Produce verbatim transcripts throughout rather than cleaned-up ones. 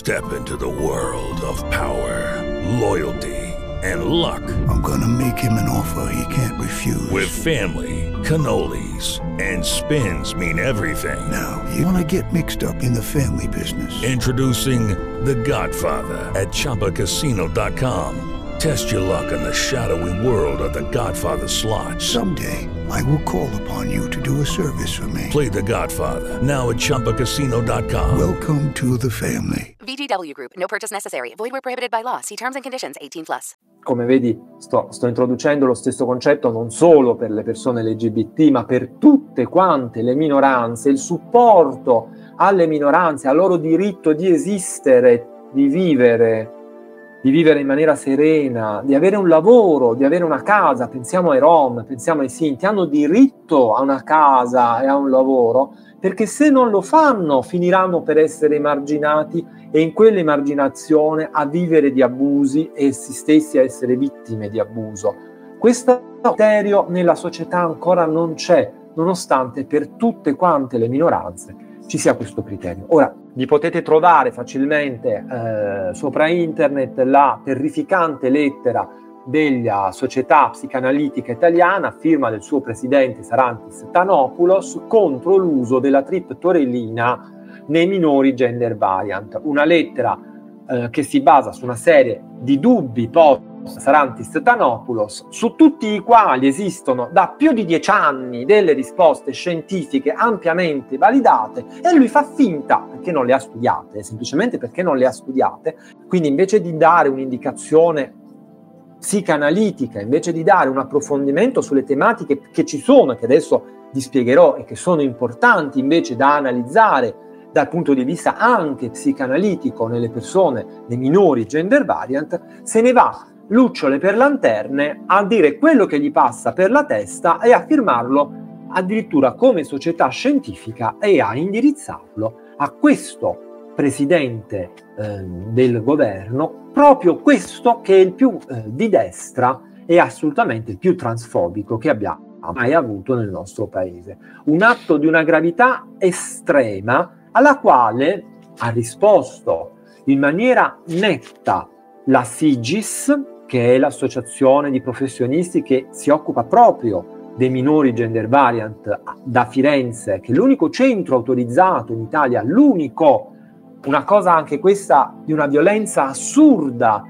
Step into the world of power, loyalty, and luck. I'm gonna make him an offer he can't refuse. With family, cannolis, and spins mean everything. Now, you wanna get mixed up in the family business. Introducing The Godfather at Chumba Casino dot com. Test your luck in the shadowy world of The Godfather slot. Someday, I will call upon you to do a service for me. Play The Godfather, now at Chumba Casino dot com. Welcome to the family. V G W Group. No purchase necessary. Void where prohibited by law. See terms and conditions. eighteen plus. Come vedi, sto, sto introducendo lo stesso concetto non solo per le persone L G B T, ma per tutte quante le minoranze, il supporto alle minoranze, al loro diritto di esistere, di vivere, di vivere in maniera serena, di avere un lavoro, di avere una casa. Pensiamo ai Rom, pensiamo ai Sinti, hanno diritto a una casa e a un lavoro, perché se non lo fanno finiranno per essere emarginati e in quell'emarginazione a vivere di abusi e essi stessi a essere vittime di abuso. Questo criterio nella società ancora non c'è, nonostante per tutte quante le minoranze ci sia questo criterio. Ora, vi potete trovare facilmente eh, sopra internet la terrificante lettera della Società Psicanalitica Italiana, firma del suo presidente Sarantis Thanopoulos, contro l'uso della triptorelina nei minori gender variant. Una lettera eh, che si basa su una serie di dubbi posti da Sarantis Thanopoulos, su tutti i quali esistono da più di dieci anni delle risposte scientifiche ampiamente validate, e lui fa finta perché non le ha studiate, semplicemente perché non le ha studiate. Quindi invece di dare un'indicazione psicanalitica, invece di dare un approfondimento sulle tematiche che ci sono e che adesso vi spiegherò e che sono importanti invece da analizzare dal punto di vista anche psicanalitico nelle persone, nei minori gender variant, se ne va lucciole per lanterne a dire quello che gli passa per la testa e a firmarlo addirittura come società scientifica e a indirizzarlo a questo presidente eh, del governo, proprio questo che è il più eh, di destra e assolutamente il più transfobico che abbiamo mai avuto nel nostro paese. Un atto di una gravità estrema alla quale ha risposto in maniera netta la SIGIS, che è l'associazione di professionisti che si occupa proprio dei minori gender variant da Firenze, che è l'unico centro autorizzato in Italia, l'unico, una cosa anche questa di una violenza assurda.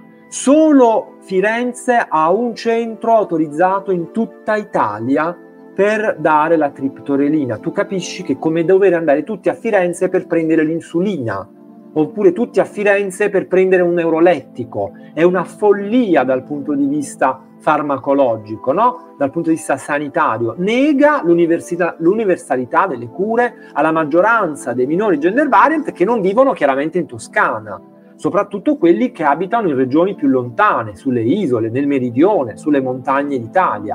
Solo Firenze ha un centro autorizzato in tutta Italia per dare la triptorelina. Tu capisci che è come dover andare tutti a Firenze per prendere l'insulina, oppure tutti a Firenze per prendere un neurolettico. È una follia dal punto di vista farmacologico, no? Dal punto di vista sanitario. Nega l'universalità delle cure alla maggioranza dei minori gender variant che non vivono chiaramente in Toscana, soprattutto quelli che abitano in regioni più lontane, sulle isole, nel meridione, sulle montagne d'Italia.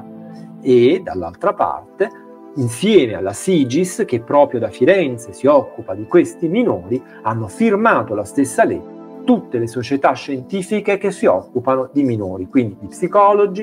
E dall'altra parte, insieme alla SIGIS, che proprio da Firenze si occupa di questi minori, hanno firmato la stessa legge tutte le società scientifiche che si occupano di minori, quindi gli psicologi,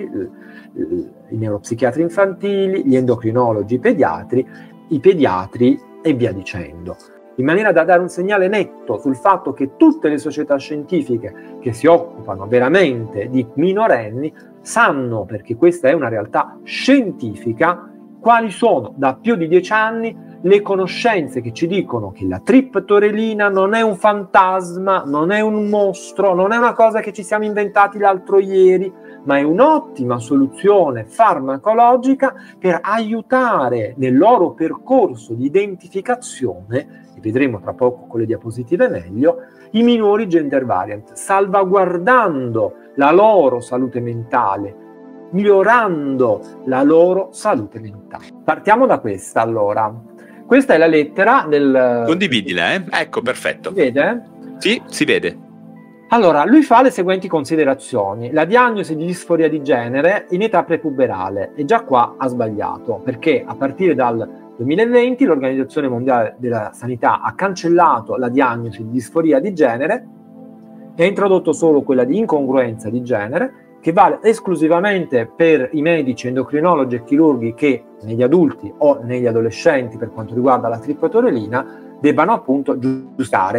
i neuropsichiatri infantili, gli endocrinologi, i pediatri, i pediatri e via dicendo, in maniera da dare un segnale netto sul fatto che tutte le società scientifiche che si occupano veramente di minorenni sanno, perché questa è una realtà scientifica, quali sono da più di dieci anni le conoscenze che ci dicono che la triptorelina non è un fantasma, non è un mostro, non è una cosa che ci siamo inventati l'altro ieri, ma è un'ottima soluzione farmacologica per aiutare nel loro percorso di identificazione, e vedremo tra poco con le diapositive meglio, i minori gender variant, salvaguardando la loro salute mentale, migliorando la loro salute mentale. Partiamo da questa allora. Questa è la lettera del... Condividila, eh? Ecco, perfetto. Si vede? Sì, si vede. Allora, lui fa le seguenti considerazioni. La diagnosi di disforia di genere in età prepuberale. E già qua ha sbagliato, perché a partire dal duemilaventi l'Organizzazione Mondiale della Sanità ha cancellato la diagnosi di disforia di genere e ha introdotto solo quella di incongruenza di genere, che vale esclusivamente per i medici, endocrinologi e chirurghi che negli adulti o negli adolescenti, per quanto riguarda la triptorelina, debbano appunto giustare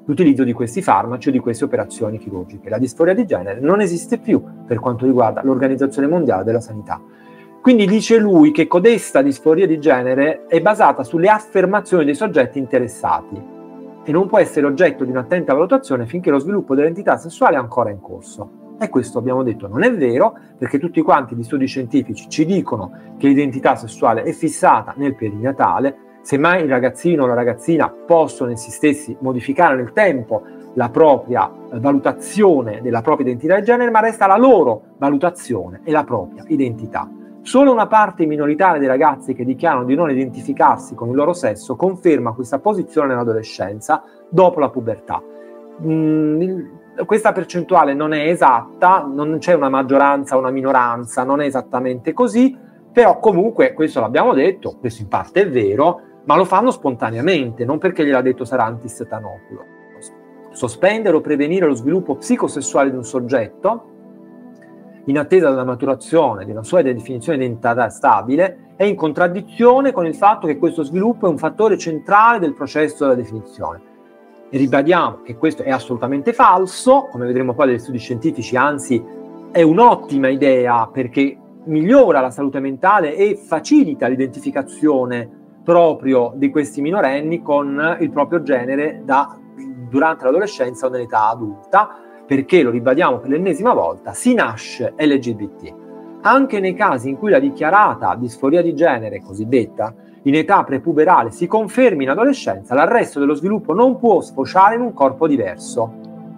l'utilizzo di questi farmaci o di queste operazioni chirurgiche. La disforia di genere non esiste più per quanto riguarda l'Organizzazione Mondiale della Sanità. Quindi dice lui che codesta disforia di genere è basata sulle affermazioni dei soggetti interessati e non può essere oggetto di un'attenta valutazione finché lo sviluppo dell'identità sessuale è ancora in corso. E questo abbiamo detto non è vero, perché tutti quanti gli studi scientifici ci dicono che l'identità sessuale è fissata nel perinatale. Semmai il ragazzino o la ragazzina possono essi stessi modificare nel tempo la propria eh, valutazione della propria identità di genere, ma resta la loro valutazione e la propria identità. Solo una parte minoritaria dei ragazzi che dichiarano di non identificarsi con il loro sesso conferma questa posizione nell'adolescenza dopo la pubertà. Mm, questa percentuale non è esatta, non c'è una maggioranza o una minoranza, non è esattamente così, però comunque questo l'abbiamo detto, questo in parte è vero, ma lo fanno spontaneamente, non perché gliel'ha detto Sarantis Thanopoulos. Sospendere o prevenire lo sviluppo psicosessuale di un soggetto in attesa della maturazione di una sua definizione di identità stabile è in contraddizione con il fatto che questo sviluppo è un fattore centrale del processo della definizione. E ribadiamo che questo è assolutamente falso, come vedremo poi dagli studi scientifici, anzi è un'ottima idea perché migliora la salute mentale e facilita l'identificazione proprio di questi minorenni con il proprio genere da, durante l'adolescenza o nell'età adulta, perché, lo ribadiamo per l'ennesima volta, si nasce L G B T. Anche nei casi in cui la dichiarata disforia di genere cosiddetta in età prepuberale si confermi in adolescenza, l'arresto dello sviluppo non può sfociare in un corpo diverso.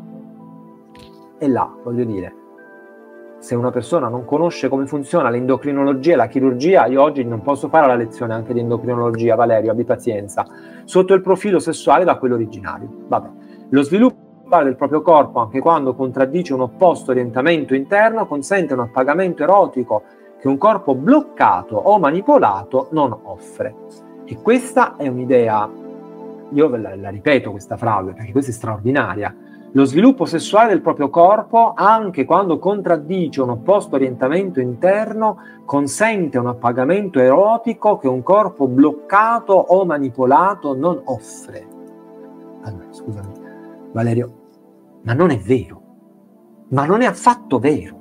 E là, voglio dire, se una persona non conosce come funziona l'endocrinologia e la chirurgia, io oggi non posso fare la lezione anche di endocrinologia, Valerio, abbi pazienza, sotto il profilo sessuale da quello originario. Vabbè. Lo sviluppo del proprio corpo, anche quando contraddice un opposto orientamento interno, consente un appagamento erotico che un corpo bloccato o manipolato non offre. E questa è un'idea, io la, la ripeto questa frase perché questa è straordinaria. Lo sviluppo sessuale del proprio corpo, anche quando contraddice un opposto orientamento interno, consente un appagamento erotico che un corpo bloccato o manipolato non offre. Allora, scusami, Valerio, ma non è vero, ma non è affatto vero.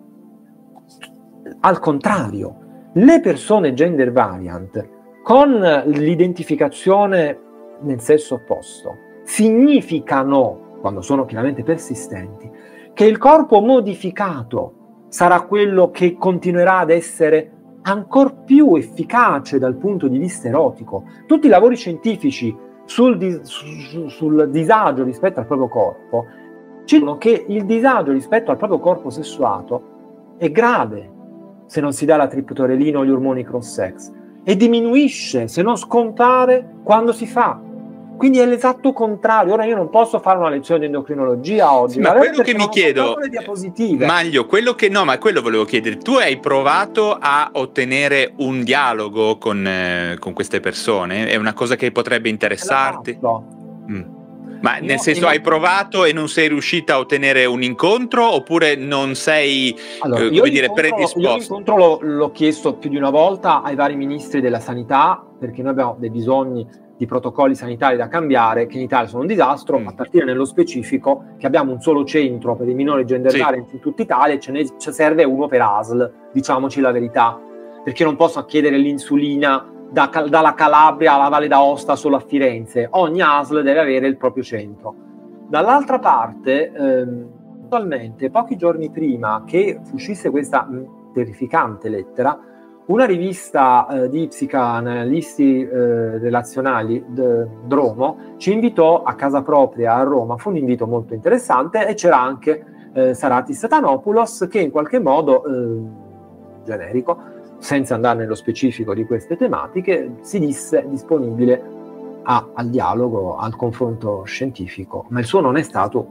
Al contrario, le persone gender variant con l'identificazione nel sesso opposto significano, quando sono chiaramente persistenti, che il corpo modificato sarà quello che continuerà ad essere ancor più efficace dal punto di vista erotico. Tutti i lavori scientifici sul, dis- sul, sul disagio rispetto al proprio corpo ci dicono che il disagio rispetto al proprio corpo sessuato è grave se non si dà la triptorelina o gli ormoni cross-sex e diminuisce, se non scompare, quando si fa. Quindi è l'esatto contrario. Ora io non posso fare una lezione di endocrinologia oggi. Sì, ma quello che mi chiedo, le Maglio, quello che no, ma quello volevo chiedere. Tu hai provato a ottenere un dialogo con, eh, con queste persone? È una cosa che potrebbe interessarti? Mm. Ma nel no, senso io... hai provato e non sei riuscita a ottenere un incontro oppure non sei allora, eh, come dire predisposto? Io l'incontro l'ho, l'ho chiesto più di una volta ai vari ministri della sanità perché noi abbiamo dei bisogni di protocolli sanitari da cambiare che in Italia sono un disastro, mm. a partire nello specifico che abbiamo un solo centro per i minori gender sì. variant in tutta Italia e ce ne ce serve uno per A S L, diciamoci la verità, perché non posso chiedere l'insulina da, dalla Calabria alla Valle d'Aosta solo a Firenze, ogni A S L deve avere il proprio centro. Dall'altra parte, ehm, attualmente, pochi giorni prima che uscisse questa mh, terrificante lettera, una rivista eh, di psicanalisti eh, relazionali, d- Dromo, ci invitò a casa propria a Roma, fu un invito molto interessante e c'era anche eh, Sarantis Thanopoulos che in qualche modo eh, generico, senza andare nello specifico di queste tematiche, si disse disponibile a, al dialogo, al confronto scientifico, ma il suo non è stato.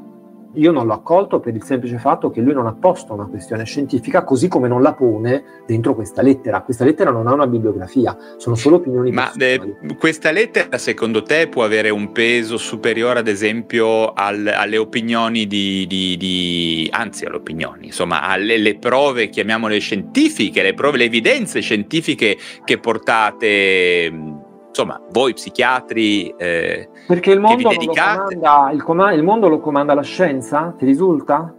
Io non l'ho accolto per il semplice fatto che lui non ha posto una questione scientifica, così come non la pone dentro questa lettera. Questa lettera non ha una bibliografia, sono solo opinioni Ma personali. Ma eh, questa lettera secondo te può avere un peso superiore ad esempio al, alle opinioni di, di, di anzi alle opinioni, insomma alle le prove, chiamiamole scientifiche, le prove, le evidenze scientifiche che portate insomma, voi psichiatri eh, perché il mondo, che vi dedicate... lo comanda, il, com- il mondo lo comanda la scienza? Ti risulta?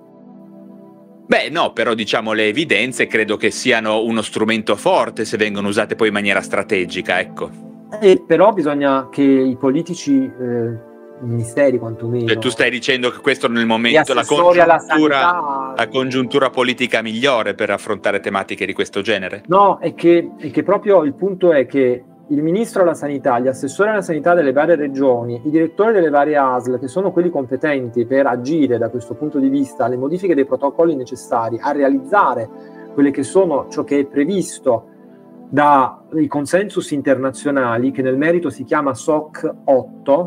Beh, no, però diciamo le evidenze credo che siano uno strumento forte se vengono usate poi in maniera strategica, ecco. E però bisogna che i politici, eh, i ministeri quantomeno... Cioè, tu stai dicendo che questo nel momento la congiuntura, sanità, la congiuntura politica migliore per affrontare tematiche di questo genere? No, è che, è che proprio il punto è che il ministro alla sanità, gli assessori alla sanità delle varie regioni, i direttori delle varie A S L, che sono quelli competenti per agire da questo punto di vista alle modifiche dei protocolli necessari a realizzare quelle che sono ciò che è previsto dai consensus internazionali, che nel merito si chiama S O C otto,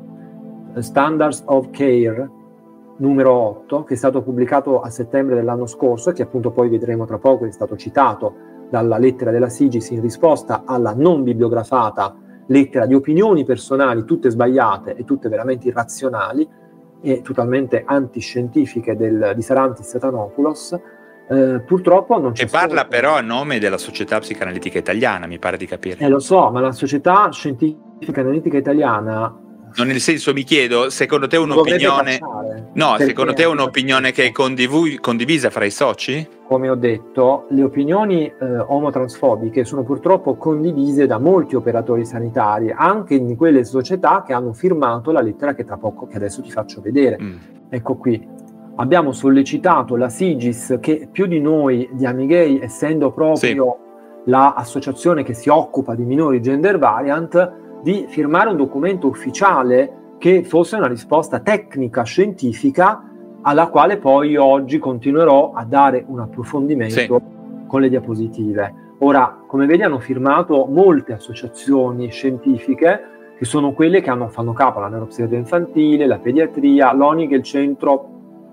Standards of Care numero otto, che è stato pubblicato a settembre dell'anno scorso e che appunto poi vedremo tra poco, è stato citato dalla lettera della SIGIS in risposta alla non bibliografata lettera di opinioni personali, tutte sbagliate e tutte veramente irrazionali e totalmente antiscientifiche del, di Sarantis Satanopoulos. Eh, purtroppo non c'è. Che parla stato... però a nome della Società Psicanalitica Italiana, mi pare di capire. Eh, lo so, ma la Società Scientifica Analitica Italiana... Non, nel senso, mi chiedo, secondo te un'opinione... No, secondo te è un'opinione che è condiv- condivisa fra i soci? Come ho detto, le opinioni eh, omotransfobiche sono purtroppo condivise da molti operatori sanitari, anche in quelle società che hanno firmato la lettera che tra poco, che adesso ti faccio vedere. Mm. Ecco qui. Abbiamo sollecitato la SIGIS, che più di noi, di Amigay, essendo proprio sì. l'associazione che si occupa di minori gender variant, di firmare un documento ufficiale che fosse una risposta tecnica, scientifica, alla quale poi oggi continuerò a dare un approfondimento sì. con le diapositive. Ora, come vedi, hanno firmato molte associazioni scientifiche, che sono quelle che hanno, fanno capo alla neuropsichiatria infantile, la pediatria, l'O N I G, il centro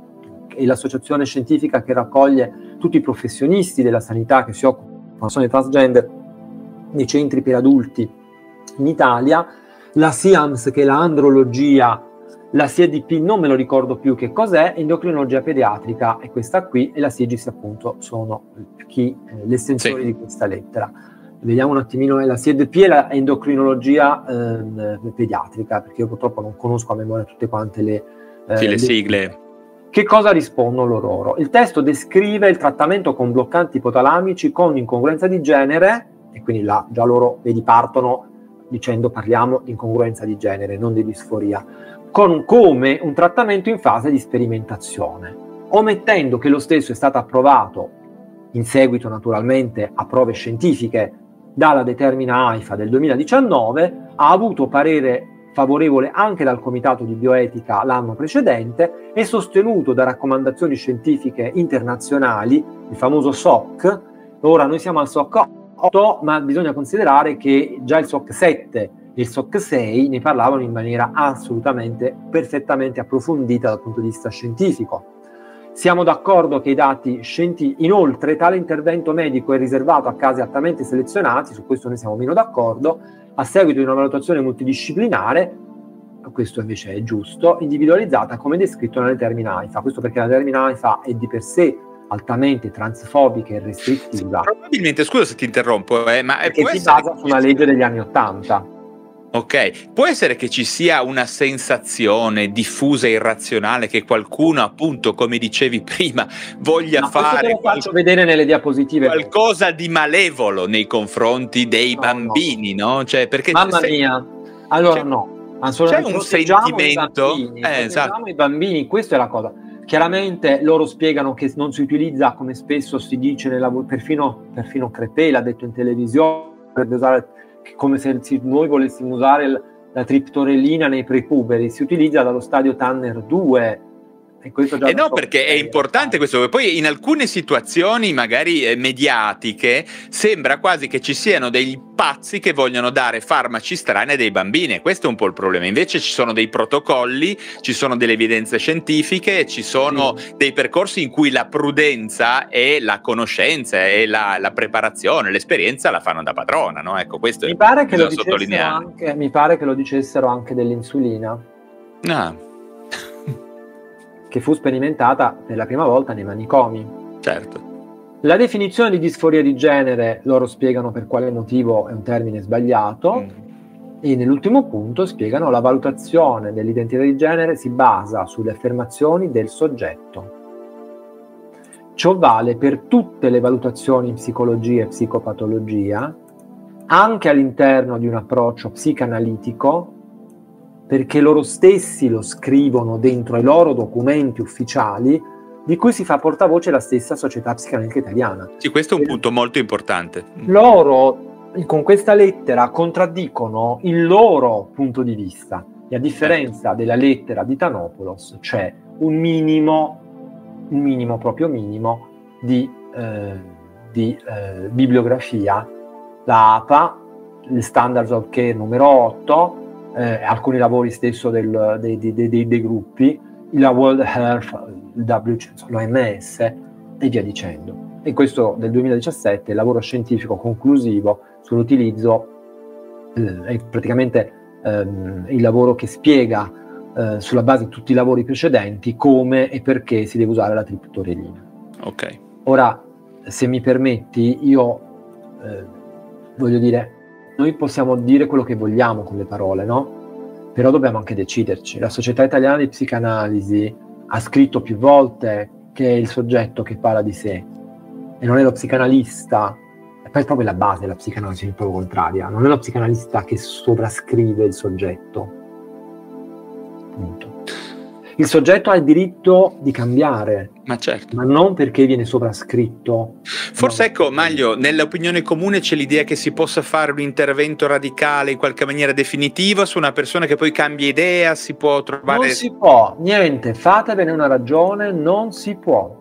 e l'associazione scientifica che raccoglie tutti i professionisti della sanità che si occupano di persone transgender nei centri per adulti in Italia, la SIAMS, che è la andrologia, la S I E D P non me lo ricordo più che cos'è, endocrinologia pediatrica, e questa qui, e la SIGIS appunto sono chi, eh, gli estensori sì. di questa lettera. Vediamo un attimino, la S I E D P e la endocrinologia eh, pediatrica, perché io purtroppo non conosco a memoria tutte quante le, eh, sì, le, le sigle. Che cosa rispondono loro? Il testo descrive il trattamento con bloccanti ipotalamici con incongruenza di genere, e quindi là già loro, vedi, partono dicendo parliamo di incongruenza di genere, non di disforia, con come un trattamento in fase di sperimentazione, omettendo che lo stesso è stato approvato in seguito naturalmente a prove scientifiche dalla determina AIFA del duemiladiciannove, ha avuto parere favorevole anche dal Comitato di Bioetica l'anno precedente e sostenuto da raccomandazioni scientifiche internazionali, il famoso S O C. Ora noi siamo al S O C otto, ma bisogna considerare che già il S O C sette e il S O C sei ne parlavano in maniera assolutamente, perfettamente approfondita dal punto di vista scientifico. Siamo d'accordo che i dati scientifici, inoltre tale intervento medico è riservato a casi altamente selezionati, su questo noi siamo meno d'accordo, a seguito di una valutazione multidisciplinare, questo invece è giusto, individualizzata come descritto nella determina AIFA. Questo perché la determina AIFA è di per sé altamente transfobica e restrittiva. Sì, probabilmente, scusa se ti interrompo, eh, ma che si basa su una legge degli anni Ottanta. Ok, può essere che ci sia una sensazione diffusa e irrazionale che qualcuno, appunto, come dicevi prima, voglia no, fare te lo faccio qual- vedere nelle diapositive qualcosa di malevolo nei confronti dei no, bambini, no? no? Cioè, perché mamma se... mia, allora c'è, no, c'è un sentimento, i bambini, eh, esatto. i bambini, questa è la cosa. Chiaramente loro spiegano che non si utilizza, come spesso si dice, nella, perfino, perfino Crepè l'ha detto in televisione, per usare, come se noi volessimo usare il, la triptorellina nei prepuberi, si utilizza dallo stadio Tanner due. E questo già eh no, perché è importante questo. Poi in alcune situazioni magari eh, mediatiche sembra quasi che ci siano dei pazzi che vogliono dare farmaci strani a dei bambini, e questo è un po' il problema. Invece ci sono dei protocolli, ci sono delle evidenze scientifiche, ci sono sì. dei percorsi in cui la prudenza e la conoscenza e la, la preparazione, l'esperienza la fanno da padrona, no? Ecco, questo mi pare che lo sottolineare. Anche, mi pare che lo dicessero anche dell'insulina. Ah. Che fu sperimentata per la prima volta nei manicomi. Certo. La definizione di disforia di genere, loro spiegano per quale motivo è un termine sbagliato. Mm. E nell'ultimo punto spiegano la valutazione dell'identità di genere si basa sulle affermazioni del soggetto. Ciò vale per tutte le valutazioni in psicologia e psicopatologia, anche all'interno di un approccio psicanalitico, perché loro stessi lo scrivono dentro i loro documenti ufficiali, di cui si fa portavoce la stessa Società Psicanalitica Italiana. Sì, questo è un punto molto importante. Loro con questa lettera contraddicono il loro punto di vista, e a differenza certo. della lettera di Thanopoulos c'è un minimo, un minimo proprio minimo di, eh, di eh, bibliografia, la A P A, le Standards of Care numero otto, eh, alcuni lavori stesso del, dei, dei, dei, dei gruppi, la World Health, il W H O, l'O M S e via dicendo. E questo del duemiladiciassette, il lavoro scientifico conclusivo sull'utilizzo, eh, è praticamente ehm, il lavoro che spiega eh, sulla base di tutti i lavori precedenti come e perché si deve usare la triptorelina. Ok. Ora, se mi permetti, io eh, voglio dire, noi possiamo dire quello che vogliamo con le parole, no? Però dobbiamo anche deciderci. La Società Italiana di Psicanalisi ha scritto più volte che è il soggetto che parla di sé e non è lo psicanalista, e poi è proprio la base della psicanalisi, è proprio contraria, non è lo psicanalista che sovrascrive il soggetto. Punto. Il soggetto ha il diritto di cambiare, ma certo, ma non perché viene sovrascritto. Forse no. Ecco, Maglio, nell'opinione comune c'è l'idea che si possa fare un intervento radicale in qualche maniera definitiva su una persona che poi cambia idea, si può trovare... Non si può, niente, fatevene una ragione, non si può.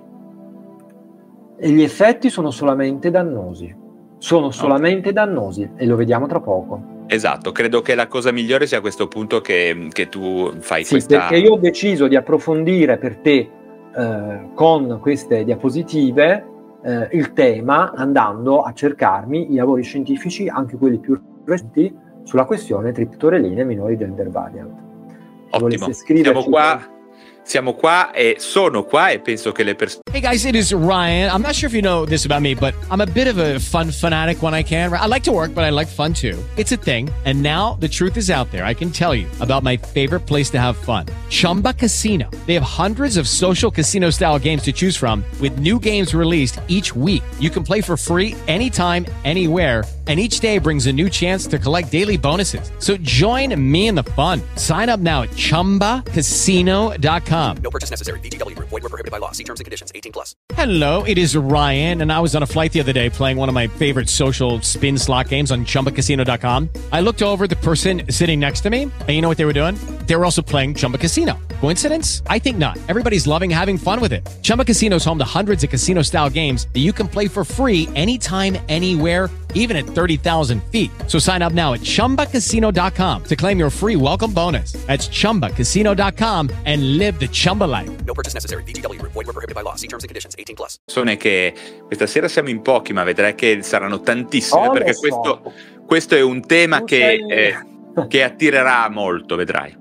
E gli effetti sono solamente dannosi, sono solamente okay. dannosi, e lo vediamo tra poco. Esatto, credo che la cosa migliore sia a questo punto che, che tu fai sì, questa... perché io ho deciso di approfondire per te eh, con queste diapositive eh, il tema, andando a cercarmi i lavori scientifici, anche quelli più recenti, sulla questione triptoreline minori gender variant. Ottimo, siamo qua... Siamo qua e sono qua e penso che le persone... Hey guys, it is Ryan. I'm not sure if you know this about me, but I'm a bit of a fun fanatic when I can. I like to work, but I like fun too. It's a thing. And now the truth is out there. I can tell you about my favorite place to have fun. Chumba Casino. They have hundreds of social casino style games to choose from with new games released each week. You can play for free anytime, anywhere. And each day brings a new chance to collect daily bonuses. So join me in the fun. Sign up now at chumba casino dot com. No purchase necessary. V G W Group. Void where prohibited by law. See terms and conditions. eighteen plus. Hello, it is Ryan, and I was on a flight the other day playing one of my favorite social spin slot games on chumba casino dot com. I looked over at the person sitting next to me, and you know what they were doing? They were also playing Chumba Casino. Coincidence? I think not. Everybody's loving having fun with it. Chumba Casino is home to hundreds of casino-style games that you can play for free anytime, anywhere, even at thirty thousand feet. So sign up now at chumba casino dot com to claim your free welcome bonus. That's chumba casino dot com and live the Chumba life. No purchase necessary. V G W Group. Void where prohibited by law. See terms and conditions. eighteen plus. Persone che questa sera siamo in pochi, ma vedrai che saranno tantissime, oh, perché questo, so. questo è un tema che, eh, che attirerà molto, vedrai.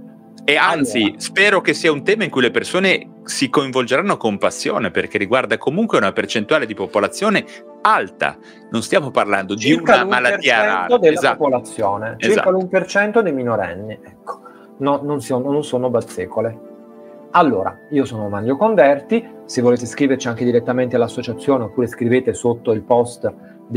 E anzi, allora, spero che sia un tema in cui le persone si coinvolgeranno con passione, perché riguarda comunque una percentuale di popolazione alta. Non stiamo parlando circa di una malattia rara. Della esatto. popolazione, circa esatto. l'uno per cento dei minorenni. Ecco, no, non, sono, non sono bazzecole. Allora, io sono Maglio Converti, se volete scriverci anche direttamente all'associazione oppure scrivete sotto il post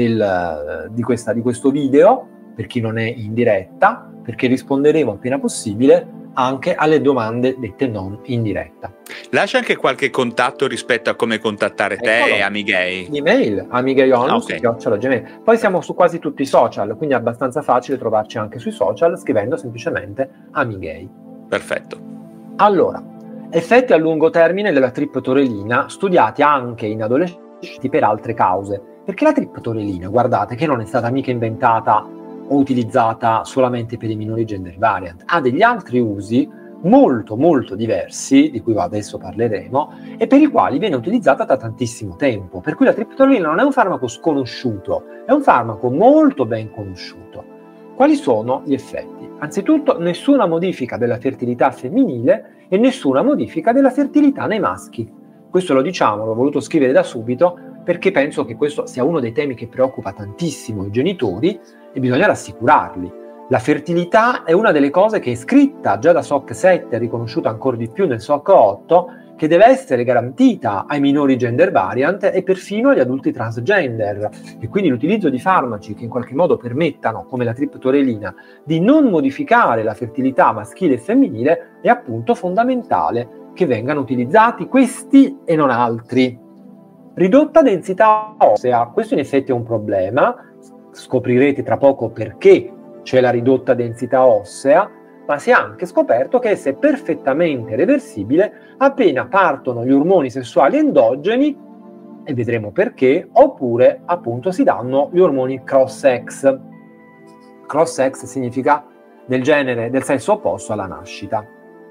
del, di, questa, di questo video, per chi non è in diretta, perché risponderemo appena possibile anche alle domande dette non in diretta. Lascia anche qualche contatto rispetto a come contattare te Eccolo. e Amigay. L'email amigayonus ah, okay. Poi siamo su quasi tutti i social, quindi è abbastanza facile trovarci anche sui social scrivendo semplicemente Amigay. Perfetto. Allora, effetti a lungo termine della triptorelina studiati anche in adolescenti per altre cause, perché la triptorelina, guardate che non è stata mica inventata o utilizzata solamente per i minori gender variant, ha degli altri usi molto molto diversi, di cui adesso parleremo, e per i quali viene utilizzata da tantissimo tempo, per cui la triptorelina non è un farmaco sconosciuto, è un farmaco molto ben conosciuto. Quali sono gli effetti? Anzitutto, nessuna modifica della fertilità femminile e nessuna modifica della fertilità nei maschi. Questo lo diciamo, l'ho voluto scrivere da subito, perché penso che questo sia uno dei temi che preoccupa tantissimo i genitori e bisogna rassicurarli. La fertilità è una delle cose che è scritta già da S O C sette, riconosciuta ancora di più nel S O C otto, che deve essere garantita ai minori gender variant e perfino agli adulti transgender, e quindi l'utilizzo di farmaci che in qualche modo permettano, come la triptorelina, di non modificare la fertilità maschile e femminile è appunto fondamentale che vengano utilizzati questi e non altri. Ridotta densità ossea, questo in effetti è un problema, scoprirete tra poco perché c'è la ridotta densità ossea, ma si è anche scoperto che essa è perfettamente reversibile appena partono gli ormoni sessuali endogeni, e vedremo perché, oppure appunto si danno gli ormoni cross-sex. Cross-sex significa del genere, del sesso opposto alla nascita.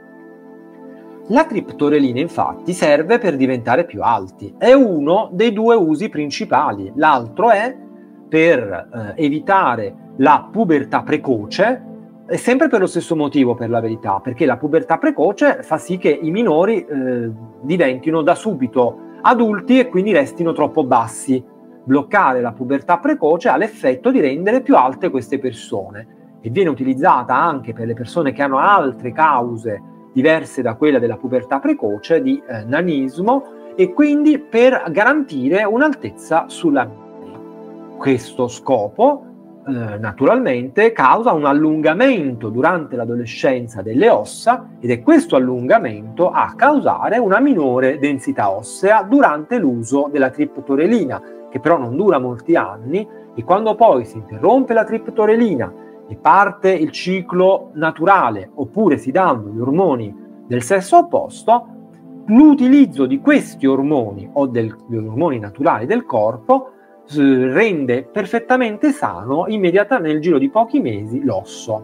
La triptorelina infatti serve per diventare più alti, è uno dei due usi principali, l'altro è per eh, evitare la pubertà precoce, è sempre per lo stesso motivo, per la verità, perché la pubertà precoce fa sì che i minori eh, diventino da subito adulti e quindi restino troppo bassi. Bloccare la pubertà precoce ha l'effetto di rendere più alte queste persone e viene utilizzata anche per le persone che hanno altre cause diverse da quella della pubertà precoce, di eh, nanismo, e quindi per garantire un'altezza sulla media. Questo scopo Eh, naturalmente causa un allungamento durante l'adolescenza delle ossa, ed è questo allungamento a causare una minore densità ossea durante l'uso della triptorelina, che però non dura molti anni, e quando poi si interrompe la triptorelina e parte il ciclo naturale oppure si danno gli ormoni del sesso opposto, l'utilizzo di questi ormoni o del, degli ormoni naturali del corpo rende perfettamente sano immediatamente nel giro di pochi mesi l'osso.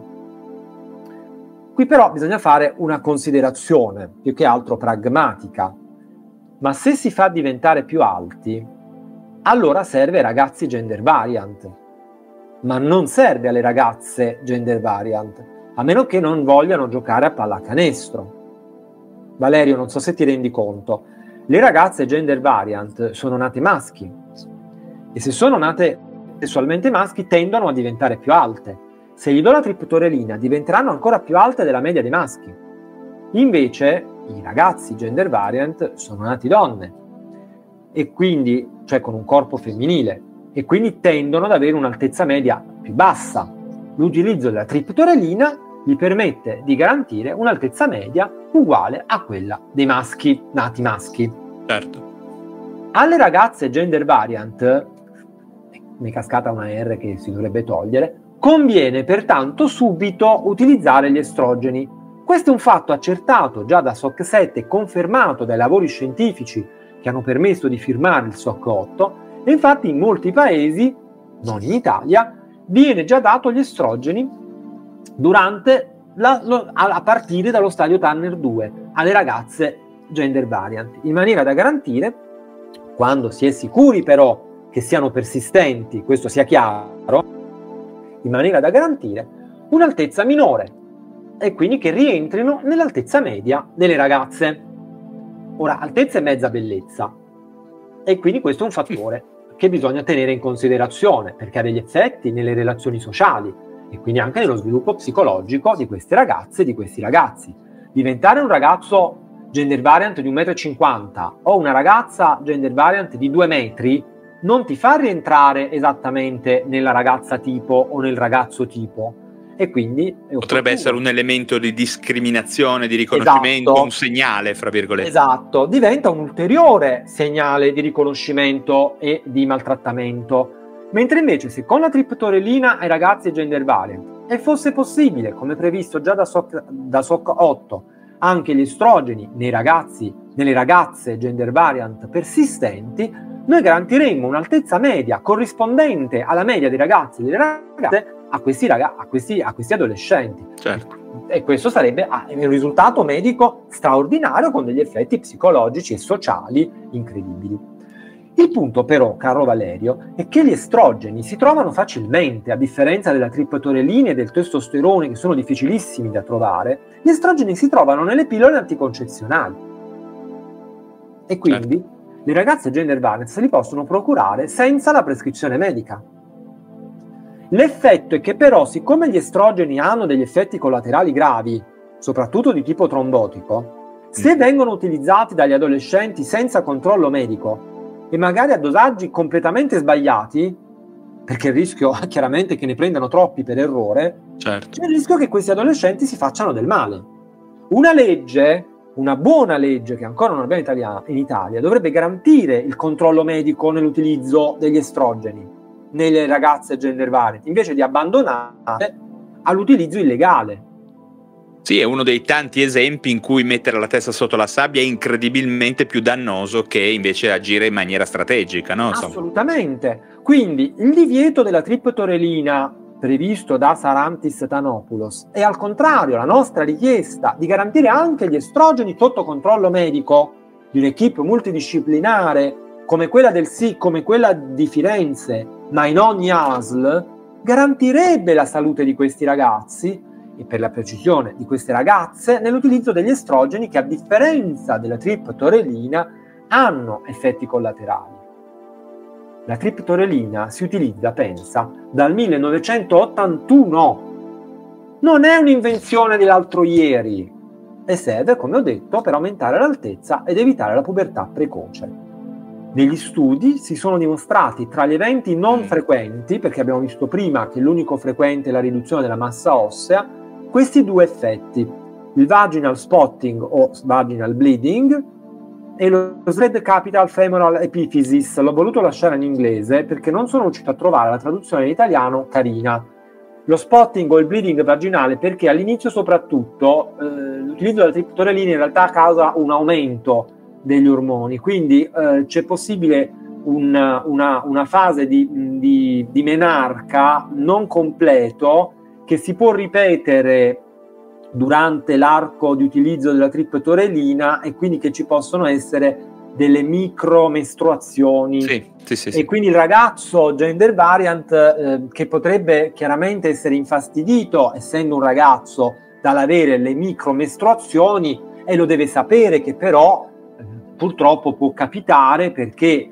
Qui però bisogna fare una considerazione più che altro pragmatica. Ma se si fa diventare più alti, allora serve ai ragazzi gender variant, ma non serve alle ragazze gender variant, a meno che non vogliano giocare a pallacanestro. Valerio, non so se ti rendi conto, le ragazze gender variant sono nate maschi, e se sono nate sessualmente maschi tendono a diventare più alte. Se gli do la triptorelina diventeranno ancora più alte della media dei maschi. Invece i ragazzi gender variant sono nati donne, e quindi, cioè con un corpo femminile, e quindi tendono ad avere un'altezza media più bassa. L'utilizzo della triptorelina gli permette di garantire un'altezza media uguale a quella dei maschi nati maschi. Certo. Alle ragazze gender variant, mi è cascata una R che si dovrebbe togliere, conviene pertanto subito utilizzare gli estrogeni. Questo è un fatto accertato già da S O C sette e confermato dai lavori scientifici che hanno permesso di firmare il S O C otto, e infatti in molti paesi, non in Italia, viene già dato gli estrogeni durante la, lo, a partire dallo stadio Tanner due alle ragazze gender variant, in maniera da garantire, quando si è sicuri però che siano persistenti, questo sia chiaro, in maniera da garantire un'altezza minore e quindi che rientrino nell'altezza media delle ragazze. Ora, altezza e mezza bellezza, e quindi questo è un fattore che bisogna tenere in considerazione, perché ha degli effetti nelle relazioni sociali e quindi anche nello sviluppo psicologico di queste ragazze e di questi ragazzi. Diventare un ragazzo gender variant di un metro e cinquanta o una ragazza gender variant di due metri non ti fa rientrare esattamente nella ragazza tipo o nel ragazzo tipo, e quindi è potrebbe essere un elemento di discriminazione, di riconoscimento, esatto. Un segnale, fra virgolette. Esatto, diventa un ulteriore segnale di riconoscimento e di maltrattamento. Mentre invece se con la triptorelina ai ragazzi gender variant e fosse possibile, come previsto già da S O C, da S O C otto, anche gli estrogeni nei ragazzi, nelle ragazze gender variant persistenti, noi garantiremmo un'altezza media corrispondente alla media dei ragazzi e delle ragazze a questi, raga- a questi, a questi adolescenti. Certo. E questo sarebbe ah, un risultato medico straordinario con degli effetti psicologici e sociali incredibili. Il punto però, caro Valerio, è che gli estrogeni si trovano facilmente, a differenza della triptorelina e del testosterone che sono difficilissimi da trovare. Gli estrogeni si trovano nelle pillole anticoncezionali e quindi certo. Le ragazze gender variant se li possono procurare senza la prescrizione medica. L'effetto è che però, siccome gli estrogeni hanno degli effetti collaterali gravi, soprattutto di tipo trombotico, se vengono utilizzati dagli adolescenti senza controllo medico e magari a dosaggi completamente sbagliati, perché il rischio chiaramente che ne prendano troppi per errore, certo. c'è il rischio che questi adolescenti si facciano del male. Una legge, una buona legge che ancora non abbiamo in Italia, in Italia dovrebbe garantire il controllo medico nell'utilizzo degli estrogeni nelle ragazze gender variant, invece di abbandonare all'utilizzo illegale. Sì, è uno dei tanti esempi in cui mettere la testa sotto la sabbia è incredibilmente più dannoso che invece agire in maniera strategica, no? Assolutamente. Quindi il divieto della triptorelina previsto da Sarantis Tanopoulos è al contrario la nostra richiesta di garantire anche gli estrogeni sotto controllo medico di un'equipe multidisciplinare come quella del S I C, come quella di Firenze, ma in ogni A S L, garantirebbe la salute di questi ragazzi e per la precisione di queste ragazze nell'utilizzo degli estrogeni che a differenza della triptorelina hanno effetti collaterali. La triptorelina si utilizza, pensa, dal millenovecentottantuno. Non è un'invenzione dell'altro ieri e serve, come ho detto, per aumentare l'altezza ed evitare la pubertà precoce. Negli studi si sono dimostrati tra gli eventi non frequenti, perché abbiamo visto prima che l'unico frequente è la riduzione della massa ossea, questi due effetti, il vaginal spotting o vaginal bleeding e lo sled capital femoral epiphysis. L'ho voluto lasciare in inglese perché non sono riuscito a trovare la traduzione in italiano carina. Lo spotting o il bleeding vaginale perché all'inizio soprattutto eh, l'utilizzo della triptorelina in realtà causa un aumento degli ormoni, quindi eh, c'è possibile un, una, una fase di, di, di menarca non completo che si può ripetere durante l'arco di utilizzo della triptorelina e quindi che ci possono essere delle micro mestruazioni. Sì, sì, sì, sì. E quindi il ragazzo gender variant eh, che potrebbe chiaramente essere infastidito essendo un ragazzo dall'avere le micro mestruazioni e lo deve sapere che però purtroppo può capitare perché eh,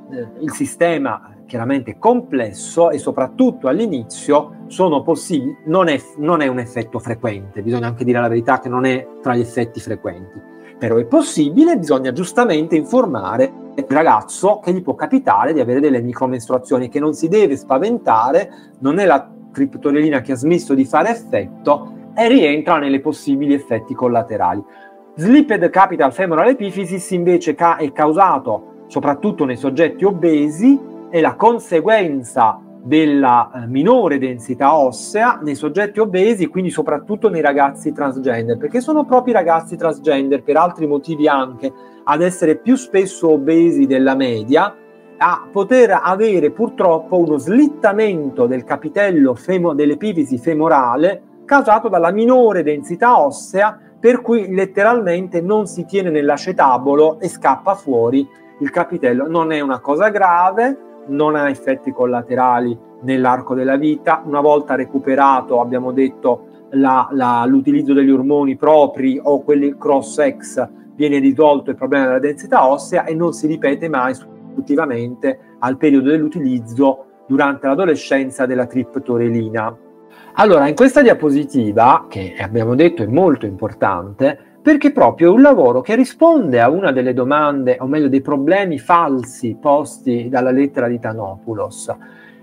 il sistema chiaramente è complesso e soprattutto all'inizio sono possibili, non è, non è un effetto frequente, bisogna anche dire la verità che non è tra gli effetti frequenti, però è possibile, bisogna giustamente informare il ragazzo che gli può capitare di avere delle micromestruazioni, che non si deve spaventare, non è la triptorelina che ha smesso di fare effetto e rientra nelle possibili effetti collaterali. Slipped capital femoral epiphysis invece ca- è causato soprattutto nei soggetti obesi, è la conseguenza della eh, minore densità ossea nei soggetti obesi, quindi soprattutto nei ragazzi transgender, perché sono proprio i ragazzi transgender, per altri motivi anche, ad essere più spesso obesi della media, a poter avere purtroppo uno slittamento del capitello femo- dell'epifisi femorale causato dalla minore densità ossea, per cui letteralmente non si tiene nell'acetabolo e scappa fuori il capitello. Non è una cosa grave, non ha effetti collaterali nell'arco della vita. Una volta recuperato, abbiamo detto, la, la, l'utilizzo degli ormoni propri o quelli cross-sex, viene risolto il problema della densità ossea e non si ripete mai successivamente al periodo dell'utilizzo durante l'adolescenza della triptorelina. Allora, in questa diapositiva, che abbiamo detto è molto importante, perché proprio è un lavoro che risponde a una delle domande, o meglio dei problemi falsi posti dalla lettera di Tanopoulos.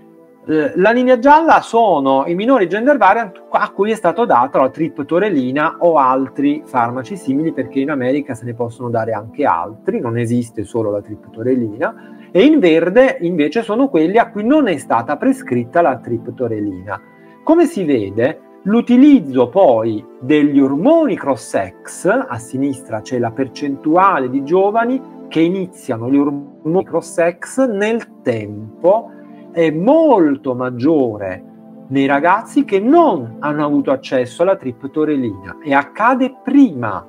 Eh, la linea gialla sono i minori gender variant a cui è stato dato la triptorelina o altri farmaci simili, perché in America se ne possono dare anche altri, non esiste solo la triptorelina, e in verde invece sono quelli a cui non è stata prescritta la triptorelina. Come si vede, l'utilizzo poi degli ormoni cross-sex, a sinistra c'è la percentuale di giovani che iniziano gli ormoni cross-sex nel tempo, è molto maggiore nei ragazzi che non hanno avuto accesso alla triptorelina e accade prima.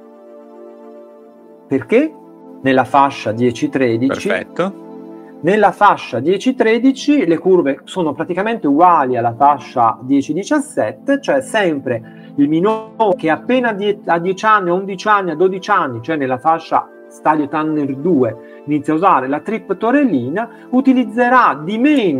Perché? Nella fascia dieci tredici. Perfetto. Nella fascia dieci tredici le curve sono praticamente uguali alla fascia dieci diciassette, cioè sempre il minore che appena die- a dieci anni, a undici anni, a dodici anni, cioè nella fascia stadio Tanner due, inizia a usare la triptorelina, utilizzerà di meno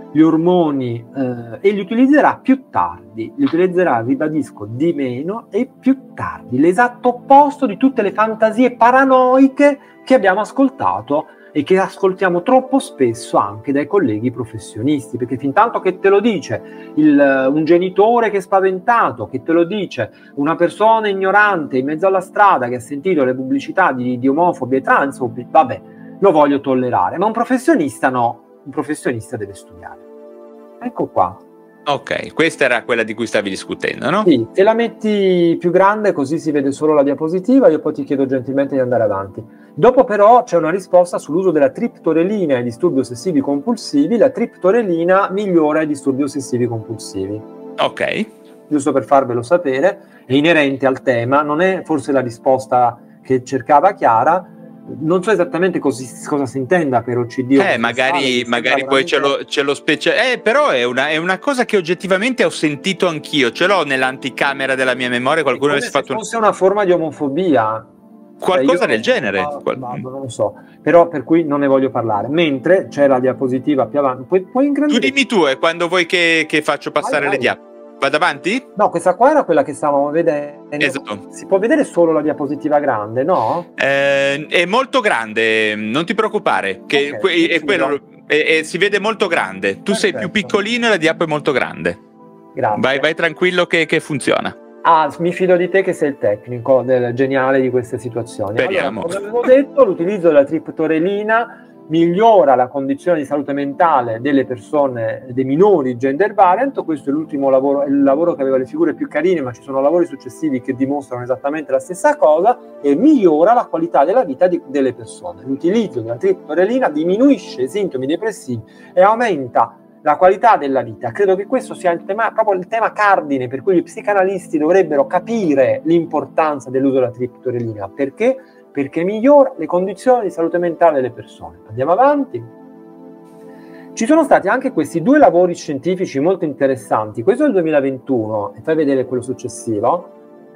gli ormoni eh, e li utilizzerà più tardi, li utilizzerà, ribadisco, di meno e più tardi, l'esatto opposto di tutte le fantasie paranoiche che abbiamo ascoltato e che ascoltiamo troppo spesso anche dai colleghi professionisti, perché fin tanto che te lo dice il, un genitore che è spaventato, che te lo dice una persona ignorante in mezzo alla strada che ha sentito le pubblicità di, di omofobi e transfobi, vabbè, lo voglio tollerare, ma un professionista no, un professionista deve studiare. Ecco qua. Ok, questa era quella di cui stavi discutendo, no? Sì, se la metti più grande così si vede solo la diapositiva, io poi ti chiedo gentilmente di andare avanti. Dopo però c'è una risposta sull'uso della triptorelina ai disturbi ossessivi compulsivi. La triptorelina migliora i disturbi ossessivi compulsivi. Ok. Giusto per farvelo sapere, è inerente al tema, non è forse la risposta che cercava Chiara. Non so esattamente così, cosa si intenda per O C D. Eh, magari, magari poi ce lo, ce lo speciale. Eh, però è una, è una cosa che oggettivamente ho sentito anch'io. Ce l'ho nell'anticamera della mia memoria. Qualcuno avesse fatto. Se fosse una forma di omofobia. Qualcosa cioè del genere. Ma, ma, non lo so. Però per cui non ne voglio parlare. Mentre c'è la diapositiva più avanti. Puoi, puoi ingrandire. Tu dimmi tu, e quando vuoi che, che faccio passare vai, vai. le diapositive. Vado avanti? No, questa qua era quella che stavamo vedendo. Esatto. Si può vedere solo la diapositiva grande, no? Eh, è molto grande, non ti preoccupare, che okay, que- è quello, è, è, si vede molto grande. Tu Perfetto. sei più piccolino e la diapo è molto grande. Grazie. Vai, vai tranquillo che, che funziona. Ah, mi fido di te che sei il tecnico del geniale di queste situazioni. Speriamo. Allora, come avevo detto, l'utilizzo della triptorelina migliora la condizione di salute mentale delle persone, dei minori gender variant. Questo è l'ultimo lavoro, è il lavoro che aveva le figure più carine, ma ci sono lavori successivi che dimostrano esattamente la stessa cosa, e migliora la qualità della vita di, delle persone. L'utilizzo della triptorelina diminuisce i sintomi depressivi e aumenta la qualità della vita. Credo che questo sia il tema, proprio il tema cardine per cui gli psicanalisti dovrebbero capire l'importanza dell'uso della triptorelina. Perché? Perché migliora le condizioni di salute mentale delle persone. Andiamo avanti. Ci sono stati anche questi due lavori scientifici molto interessanti. Questo è del duemilaventuno, e fai vedere quello successivo.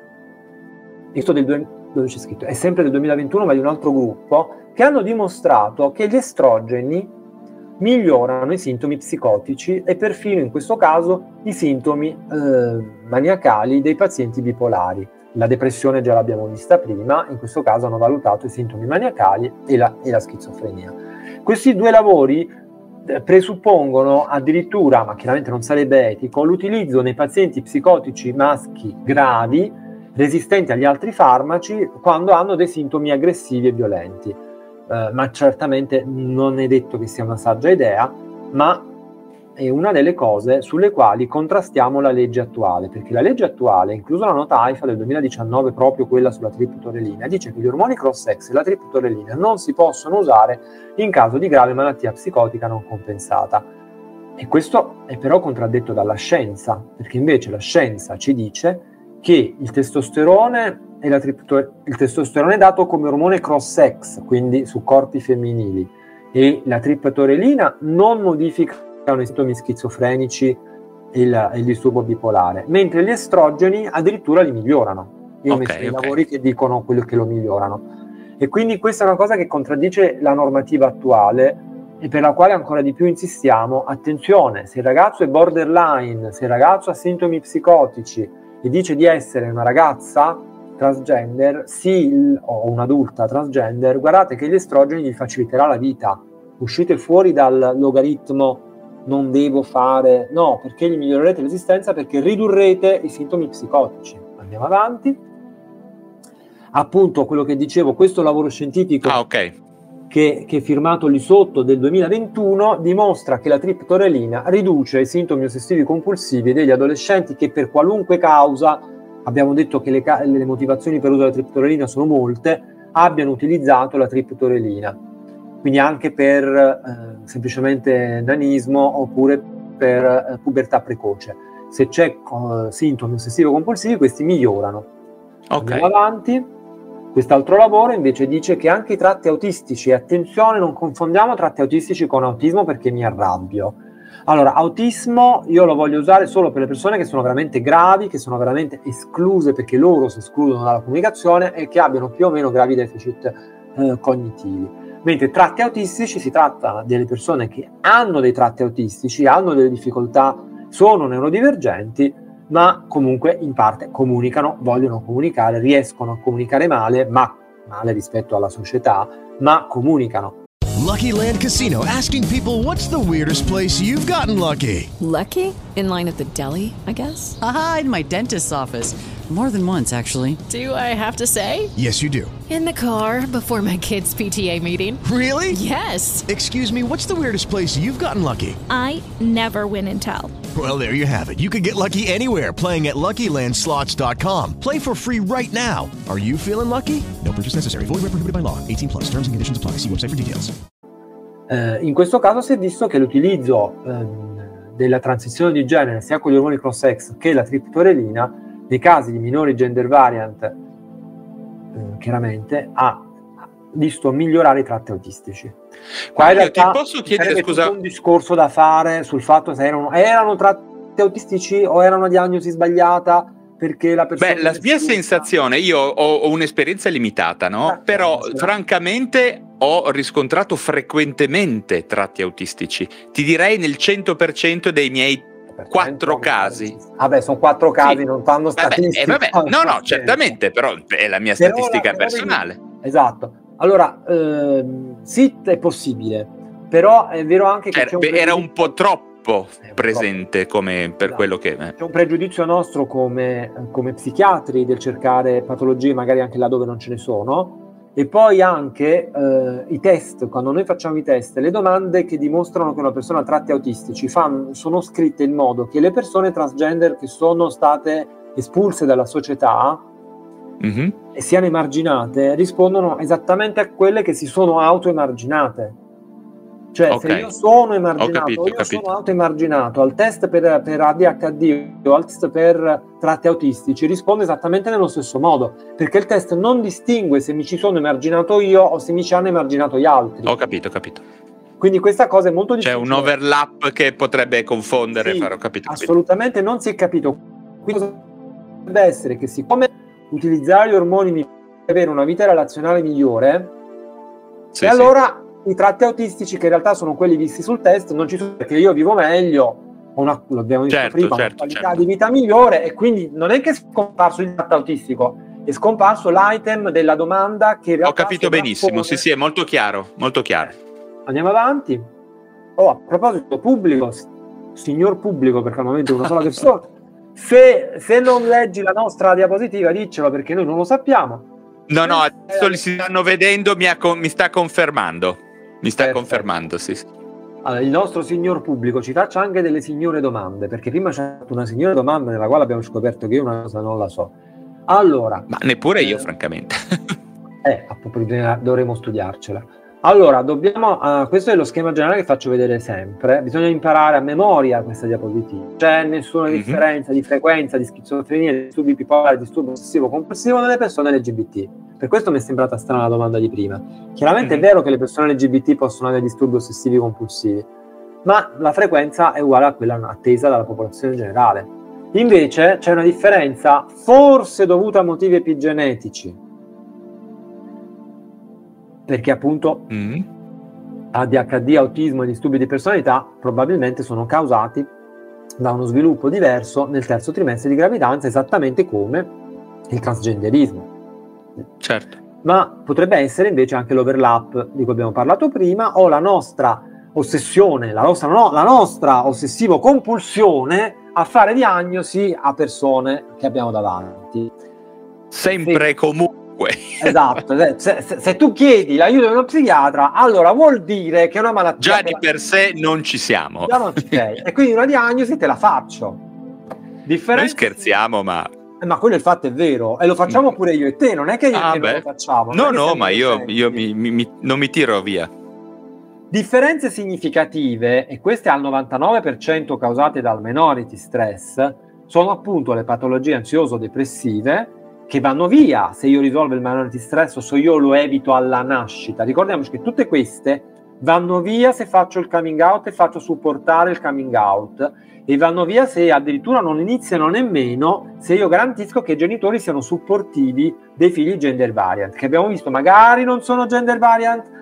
Questo del due, dove c'è scritto? È sempre del duemilaventuno, ma di un altro gruppo, che hanno dimostrato che gli estrogeni migliorano i sintomi psicotici e perfino in questo caso i sintomi eh, maniacali dei pazienti bipolari. La depressione già l'abbiamo vista prima, in questo caso hanno valutato i sintomi maniacali e la, e la schizofrenia. Questi due lavori eh, presuppongono addirittura, ma chiaramente non sarebbe etico, l'utilizzo nei pazienti psicotici maschi gravi, resistenti agli altri farmaci, quando hanno dei sintomi aggressivi e violenti. Eh, ma certamente non è detto che sia una saggia idea, ma è una delle cose sulle quali contrastiamo la legge attuale, perché la legge attuale, inclusa la nota AIFA del duemiladiciannove, proprio quella sulla triptorelina, dice che gli ormoni cross-sex e la triptorelina non si possono usare in caso di grave malattia psicotica non compensata. E questo è però contraddetto dalla scienza, perché invece la scienza ci dice che il testosterone, e la triptor- il testosterone è dato come ormone cross-sex, quindi su corpi femminili, e la triptorelina non modifica i sintomi schizofrenici e il, il disturbo bipolare, mentre gli estrogeni addirittura li migliorano. Io okay, ho messo okay. i lavori che dicono quello che lo migliorano, e quindi questa è una cosa che contraddice la normativa attuale e per la quale ancora di più insistiamo. Attenzione, se il ragazzo è borderline, se il ragazzo ha sintomi psicotici e dice di essere una ragazza transgender, sì, o un'adulta transgender, guardate che gli estrogeni gli faciliterà la vita. Uscite fuori dal logaritmo non devo fare, no, perché gli migliorerete l'esistenza, perché ridurrete i sintomi psicotici. Andiamo avanti. Appunto quello che dicevo, questo lavoro scientifico ah, okay. che, che è firmato lì sotto del duemilaventuno dimostra che la triptorelina riduce i sintomi ossessivi compulsivi degli adolescenti che per qualunque causa, abbiamo detto che le, le motivazioni per l'uso della triptorelina sono molte, abbiano utilizzato la triptorelina. Quindi anche per eh, semplicemente nanismo oppure per eh, pubertà precoce. Se c'è eh, sintomi ossessivo-compulsivi, questi migliorano. Okay. Andiamo avanti. Quest'altro lavoro invece dice che anche i tratti autistici, e attenzione, non confondiamo tratti autistici con autismo perché mi arrabbio. Allora, autismo io lo voglio usare solo per le persone che sono veramente gravi, che sono veramente escluse perché loro si escludono dalla comunicazione e che abbiano più o meno gravi deficit eh, cognitivi. Mentre tratti autistici si tratta delle persone che hanno dei tratti autistici, hanno delle difficoltà, sono neurodivergenti, ma comunque in parte comunicano, vogliono comunicare, riescono a comunicare male, ma male rispetto alla società, ma comunicano. Lucky Land Casino, asking people, what's the weirdest place you've gotten lucky? Lucky? In line at the deli, I guess? Aha, in my dentist's office. More than once, actually. Do I have to say? Yes, you do. In the car before my kids' P T A meeting. Really? Yes. Excuse me, what's the weirdest place you've gotten lucky? I never win and tell. Well, there you have it. You can get lucky anywhere, playing at Lucky Land Slots dot com. Play for free right now. Are you feeling lucky? No purchase necessary. Void where prohibited by law. eighteen plus. Terms and conditions apply. See website for details. Eh, in questo caso si è visto che l'utilizzo ehm, della transizione di genere sia con gli ormoni cross-sex che la triptorelina nei casi di minori gender variant eh, chiaramente ha visto migliorare i tratti autistici. Qua in realtà ti posso chiedere, scusa, un discorso da fare sul fatto se erano, erano tratti autistici o era una diagnosi sbagliata, perché la persona... Beh, la mia sensazione, io ho, ho un'esperienza limitata, no? Ah, Però sì, francamente ho riscontrato frequentemente tratti autistici. Ti direi nel cento per cento dei miei quattro casi. Vabbè, sono quattro casi, sì. Non fanno vabbè, statistica. Eh, vabbè. No, no, certamente, però è la mia però statistica la, personale. Però, esatto. Allora, ehm, sì, è possibile, però è vero anche che era, c'è un era un po' troppo presente come per esatto. quello che... Eh. C'è un pregiudizio nostro come, come psichiatri del cercare patologie magari anche là dove non ce ne sono, e poi anche eh, i test, quando noi facciamo i test, le domande che dimostrano che una persona ha tratti autistici fanno, sono scritte in modo che le persone transgender che sono state espulse dalla società mm-hmm. e siano emarginate rispondono esattamente a quelle che si sono auto-emarginate. Cioè, okay. se io sono emarginato, capito, io sono auto-emarginato al test per, per A D H D o al test per tratti autistici, rispondo esattamente nello stesso modo, perché il test non distingue se mi ci sono emarginato io o se mi ci hanno emarginato gli altri. Ho capito, ho capito. Quindi questa cosa è molto difficile. C'è un overlap che potrebbe confondere, sì, fare, ho capito, capito. Assolutamente non si è capito. Quindi deve essere che siccome utilizzare gli ormoni mi fa avere una vita relazionale migliore, sì, e sì. allora... i tratti autistici, che in realtà sono quelli visti sul test, non ci sono, perché io vivo meglio, ho una, l'abbiamo detto certo, prima, certo, una qualità certo. di vita migliore, e quindi non è che è scomparso il tratto autistico, è scomparso l'item della domanda che in realtà... Ho capito benissimo, sì sì, è molto chiaro, molto chiaro. Andiamo avanti. Oh, a proposito, pubblico, signor pubblico, perché al momento è una sola persona, se, se non leggi la nostra diapositiva diccelo, perché noi non lo sappiamo. No, no, adesso li si stanno vedendo, mi, ha, mi sta confermando. Mi sta Perfetto. confermando, sì, sì. Allora, il nostro signor pubblico ci faccia anche delle signore domande, perché prima c'è una signora domanda nella quale abbiamo scoperto che io una cosa non la so. Allora... Ma neppure io, eh, francamente. eh, dovremo studiarcela. Allora, dobbiamo... Uh, questo è lo schema generale che faccio vedere sempre. Bisogna imparare a memoria questa diapositiva. C'è nessuna mm-hmm. differenza di frequenza, di schizofrenia, di disturbi bipolari, di disturbo ossessivo compulsivo nelle persone L G B T. Per questo mi è sembrata strana la domanda di prima. Chiaramente mm-hmm. è vero che le persone L G B T possono avere disturbi ossessivi compulsivi, ma la frequenza è uguale a quella attesa dalla popolazione generale. Invece c'è una differenza, forse dovuta a motivi epigenetici, perché appunto mm-hmm. A D H D, autismo e disturbi di personalità probabilmente sono causati da uno sviluppo diverso nel terzo trimestre di gravidanza, esattamente come il transgenderismo. Certo. Ma potrebbe essere invece anche l'overlap di cui abbiamo parlato prima, o la nostra ossessione, la nostra, no, la nostra ossessivo compulsione a fare diagnosi a persone che abbiamo davanti. Sempre e comunque. Esatto, se, se, se tu chiedi l'aiuto di uno psichiatra, allora vuol dire che è una malattia... Già di per sé non ci siamo. Già non ci sei. E quindi una diagnosi te la faccio. Differenza... Noi scherziamo, ma... Eh, ma quello il fatto è vero, e lo facciamo pure io e te, non è che io ah, che non lo facciamo. No, no, ma io, io mi, mi, non mi tiro via. Differenze significative, e queste al novantanove per cento causate dal minority stress, sono appunto le patologie ansioso-depressive, che vanno via se io risolvo il minority stress o se io lo evito alla nascita. Ricordiamoci che tutte queste vanno via se faccio il coming out e faccio supportare il coming out, e vanno via se addirittura non iniziano nemmeno se io garantisco che i genitori siano supportivi dei figli gender variant, che abbiamo visto magari non sono gender variant,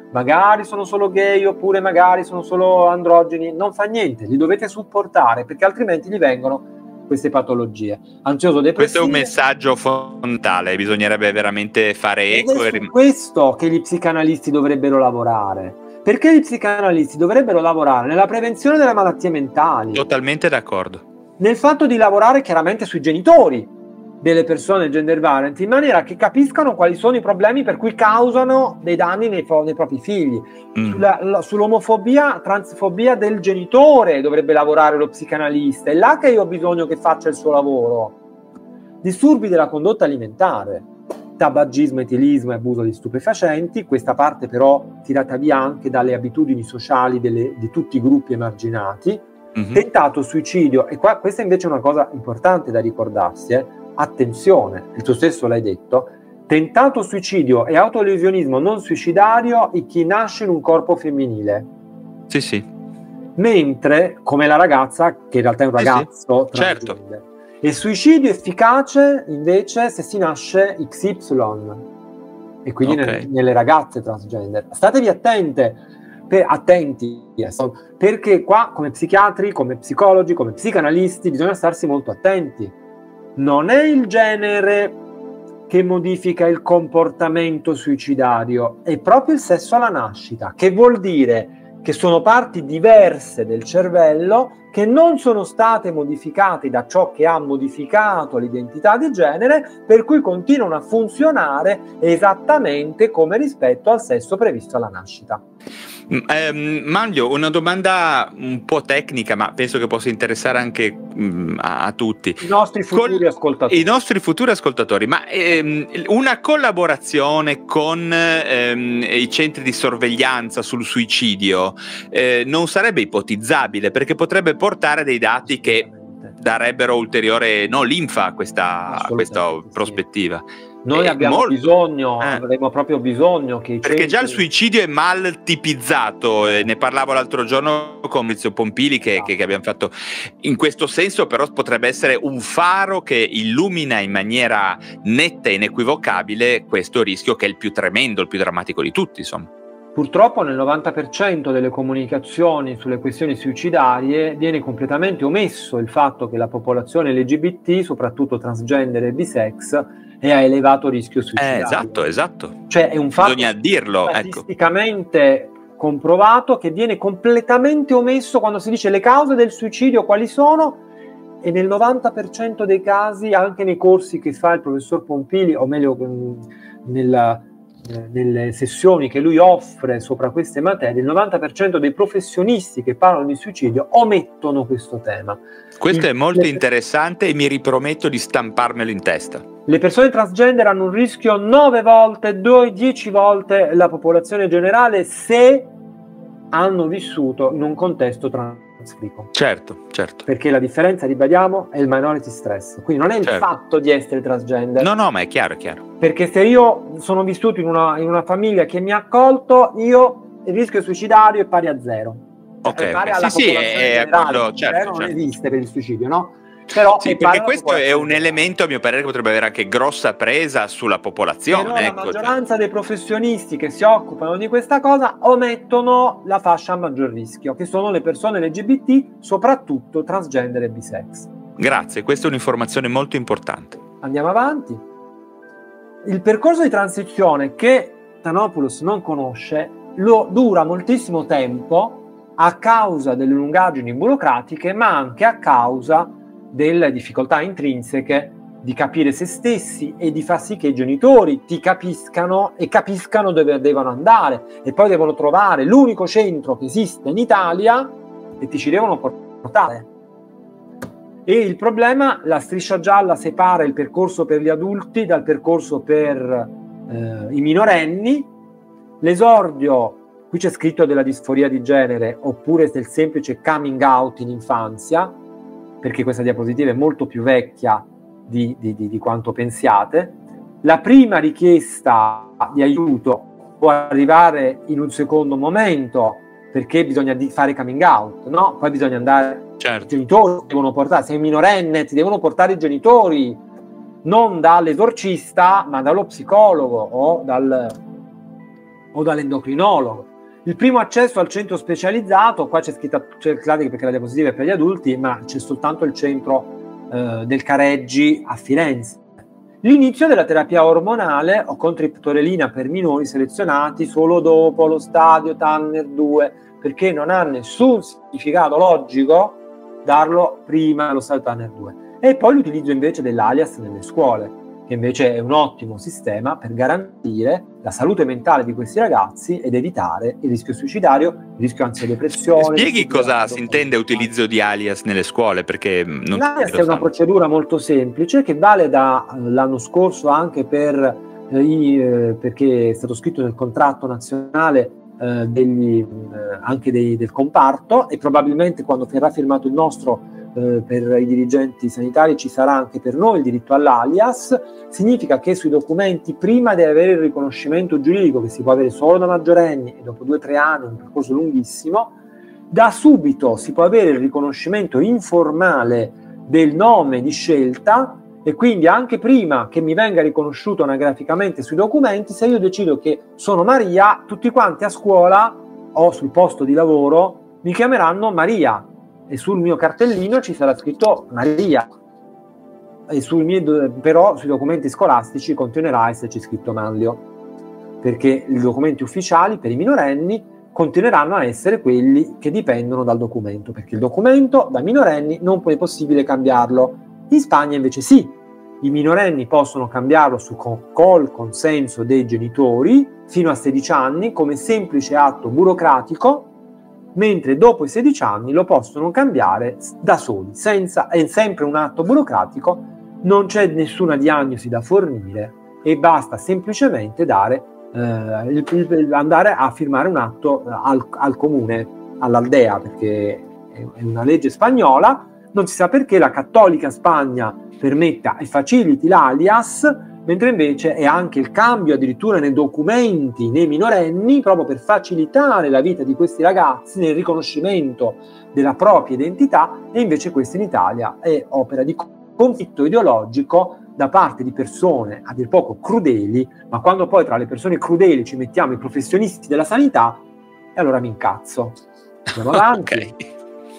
magari sono solo gay oppure magari sono solo androgeni, non fa niente, li dovete supportare perché altrimenti gli vengono queste patologie. Ansioso depressivo. Questo è un messaggio fondamentale, bisognerebbe veramente fare eco. Ed è su questo che gli psicanalisti dovrebbero lavorare, perché gli psicanalisti dovrebbero lavorare nella prevenzione delle malattie mentali. Totalmente d'accordo. Nel fatto di lavorare chiaramente sui genitori delle persone gender variant, in maniera che capiscano quali sono i problemi per cui causano dei danni nei, nei propri figli. Mm. Sulla, la, sull'omofobia, transfobia del genitore dovrebbe lavorare lo psicanalista, è là che io ho bisogno che faccia il suo lavoro. Disturbi della condotta alimentare, tabagismo, etilismo e abuso di stupefacenti, questa parte però tirata via anche dalle abitudini sociali delle, di tutti i gruppi emarginati. Mm-hmm. Tentato suicidio, e qua questa invece è una cosa importante da ricordarsi, eh. Attenzione, il tuo stesso l'hai detto, tentato suicidio e autolesionismo non suicidario in chi nasce in un corpo femminile. Sì, sì. Mentre, come la ragazza, che in realtà è un ragazzo, sì, sì. Certo. Il suicidio efficace invece se si nasce X Y, e quindi okay. nelle, nelle ragazze transgender. Statevi attente, per, attenti, perché qua come psichiatri, come psicologi, come psicanalisti bisogna starsi molto attenti. Non è il genere che modifica il comportamento suicidario, è proprio il sesso alla nascita, che vuol dire che sono parti diverse del cervello che non sono state modificate da ciò che ha modificato l'identità di genere, per cui continuano a funzionare esattamente come rispetto al sesso previsto alla nascita. Eh, Manlio, una domanda un po' tecnica, ma penso che possa interessare anche mh, a, a tutti. I nostri futuri Col- ascoltatori. I nostri futuri ascoltatori, ma ehm, una collaborazione con ehm, i centri di sorveglianza sul suicidio eh, non sarebbe ipotizzabile, perché potrebbe portare dei dati che darebbero ulteriore no, linfa a questa, a questa prospettiva. Sì. Noi eh, abbiamo molto, bisogno, eh. avremo proprio bisogno che perché centri... già il suicidio è mal tipizzato, eh, ne parlavo l'altro giorno con Maurizio Pompili che, ah. che, che abbiamo fatto in questo senso, però potrebbe essere un faro che illumina in maniera netta e inequivocabile questo rischio che è il più tremendo, il più drammatico di tutti, insomma. Purtroppo nel novanta per cento delle comunicazioni sulle questioni suicidarie viene completamente omesso il fatto che la popolazione L G B T, soprattutto transgender e bisex, è a elevato rischio suicidario. Eh, esatto, esatto. Cioè è un fatto bisogna dirlo, statisticamente ecco. comprovato, che viene completamente omesso quando si dice le cause del suicidio quali sono, e nel novanta per cento dei casi, anche nei corsi che fa il professor Pompili, o meglio nella nelle sessioni che lui offre sopra queste materie, il novanta per cento dei professionisti che parlano di suicidio omettono questo tema. Questo il, è molto le, interessante e mi riprometto di stamparmelo in testa. Le persone transgender hanno un rischio nove volte, dieci volte la popolazione generale se hanno vissuto in un contesto transfrico. Certo, certo. Perché la differenza, ribadiamo, è il minority stress. Quindi non è il certo. fatto di essere transgender. No, no, ma è chiaro, è chiaro. Perché se io sono vissuto in una, in una famiglia che mi ha accolto, io il rischio suicidario è pari a zero. Ok, pari okay. sì, sì, è, è quello, certo, zero non certo. esiste per il suicidio, no? Però sì, perché questo è un elemento, a mio parere, che potrebbe avere anche grossa presa sulla popolazione. Però ecco, la maggioranza cioè. dei professionisti che si occupano di questa cosa omettono la fascia a maggior rischio, che sono le persone L G B T, soprattutto transgender e bisex. Grazie, questa è un'informazione molto importante. Andiamo avanti. Il percorso di transizione che Thanopoulos non conosce lo dura moltissimo tempo a causa delle lungaggini burocratiche, ma anche a causa delle difficoltà intrinseche di capire se stessi e di far sì che i genitori ti capiscano e capiscano dove devono andare, e poi devono trovare l'unico centro che esiste in Italia e ti ci devono portare. E il problema, la striscia gialla separa il percorso per gli adulti dal percorso per eh, i minorenni. L'esordio, qui c'è scritto della disforia di genere oppure del semplice coming out in infanzia, perché questa diapositiva è molto più vecchia di, di, di, di quanto pensiate. La prima richiesta di aiuto può arrivare in un secondo momento, perché bisogna di fare coming out, no? Poi bisogna andare, certo. I genitori devono portare, sei minorenne, ti devono portare i genitori, non dall'esorcista, ma dallo psicologo o dal, o dall'endocrinologo. Il primo accesso al centro specializzato, qua c'è scritta, c'è perché la diapositiva è per gli adulti, ma c'è soltanto il centro eh, del Careggi a Firenze. L'inizio della terapia ormonale o con triptorelina per minori selezionati solo dopo lo stadio Tanner due, perché non ha nessun significato logico darlo prima dello stadio Tanner due. E poi l'utilizzo invece dell'alias nelle scuole, che invece è un ottimo sistema per garantire la salute mentale di questi ragazzi ed evitare il rischio suicidario, il rischio ansia-depressione. Spieghi cosa si intende utilizzo di alias nelle scuole, perché non l'alias è una procedura molto semplice che vale dall'anno scorso anche per eh, i, eh, perché è stato scritto nel contratto nazionale eh, degli, eh, anche dei, del comparto, e probabilmente quando verrà firmato il nostro eh, per i dirigenti sanitari ci sarà anche per noi il diritto all'alias. Significa che sui documenti, prima di avere il riconoscimento giuridico, che si può avere solo da maggiorenni e dopo due o tre anni, un percorso lunghissimo, da subito si può avere il riconoscimento informale del nome di scelta, e quindi anche prima che mi venga riconosciuto anagraficamente sui documenti, se io decido che sono Maria, tutti quanti a scuola o sul posto di lavoro mi chiameranno Maria e sul mio cartellino ci sarà scritto Maria. E sul mio, però sui documenti scolastici continuerà a esserci scritto Manlio, perché i documenti ufficiali per i minorenni continueranno a essere quelli che dipendono dal documento, perché il documento da minorenni non è possibile cambiarlo. In Spagna invece sì, i minorenni possono cambiarlo su, col consenso dei genitori fino a sedici anni come semplice atto burocratico, mentre dopo i sedici anni lo possono cambiare da soli, senza, è sempre un atto burocratico, non c'è nessuna diagnosi da fornire e basta semplicemente dare, eh, il, il, andare a firmare un atto al, al comune, all'Aldea, perché è, è una legge spagnola. Non si sa perché la Cattolica Spagna permetta e faciliti l'alias, mentre invece è anche il cambio addirittura nei documenti nei minorenni, proprio per facilitare la vita di questi ragazzi nel riconoscimento della propria identità, e invece questo in Italia è opera di conflitto ideologico da parte di persone a dir poco crudeli, ma quando poi tra le persone crudeli ci mettiamo i professionisti della sanità, e allora mi incazzo. Andiamo avanti. Okay.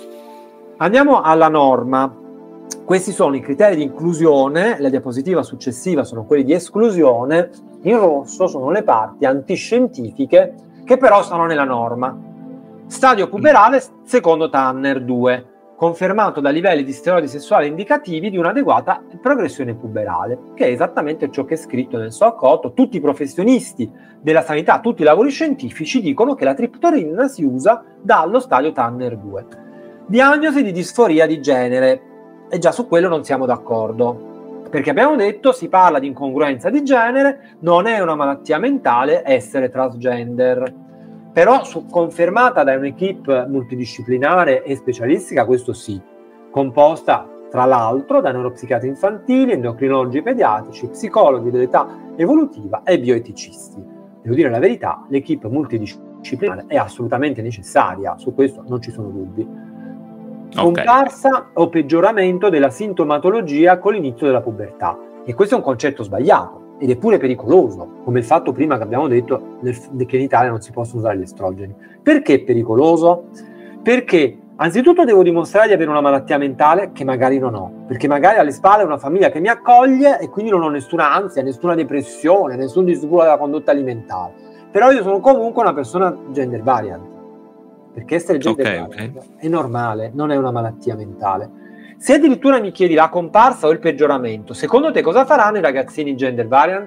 Andiamo alla norma. Questi sono i criteri di inclusione, la diapositiva successiva sono quelli di esclusione, in rosso sono le parti antiscientifiche che però sono nella norma. Stadio puberale secondo Tanner due, confermato da livelli di steroidi sessuali indicativi di un'adeguata progressione puberale, che è esattamente ciò che è scritto nel S O C otto. Tutti i professionisti della sanità, tutti i lavori scientifici dicono che la triptorelina si usa dallo stadio Tanner due. Diagnosi di disforia di genere, e già su quello non siamo d'accordo, perché abbiamo detto si parla di incongruenza di genere, non è una malattia mentale essere transgender, però su, confermata da un'equipe multidisciplinare e specialistica, questo sì, composta tra l'altro da neuropsichiatri infantili, endocrinologi pediatrici, psicologi dell'età evolutiva e bioeticisti. Devo dire la verità, l'equipe multidisciplinare è assolutamente necessaria, su questo non ci sono dubbi. Scomparsa okay. o peggioramento della sintomatologia con l'inizio della pubertà, e questo è un concetto sbagliato ed è pure pericoloso, come il fatto prima che abbiamo detto nel, che in Italia non si possono usare gli estrogeni. Perché è pericoloso? Perché anzitutto devo dimostrare di avere una malattia mentale che magari non ho, perché magari alle spalle ho una famiglia che mi accoglie e quindi non ho nessuna ansia, nessuna depressione, nessun disturbo della condotta alimentare, però io sono comunque una persona gender variant, perché essere gender okay, variant okay. è normale, non è una malattia mentale. Se addirittura mi chiedi la comparsa o il peggioramento, secondo te cosa faranno i ragazzini gender variant?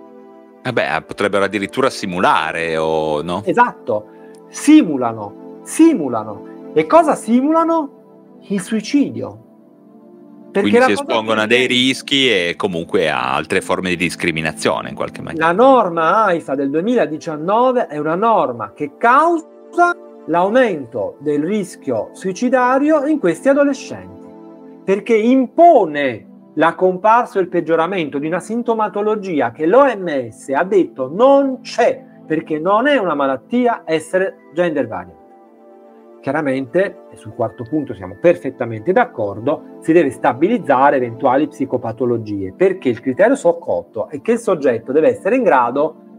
Eh beh, potrebbero addirittura simulare o no? Esatto, simulano, simulano. E cosa simulano? Il suicidio. Perché quindi si espongono a dei rischi e comunque a altre forme di discriminazione in qualche maniera. La norma AIFA del duemiladiciannove è una norma che causa l'aumento del rischio suicidario in questi adolescenti, perché impone la comparsa o il peggioramento di una sintomatologia che l'O M S ha detto non c'è, perché non è una malattia essere gender variant. Chiaramente, e sul quarto punto siamo perfettamente d'accordo, si deve stabilizzare eventuali psicopatologie, perché il criterio S O C otto è che il soggetto deve essere in grado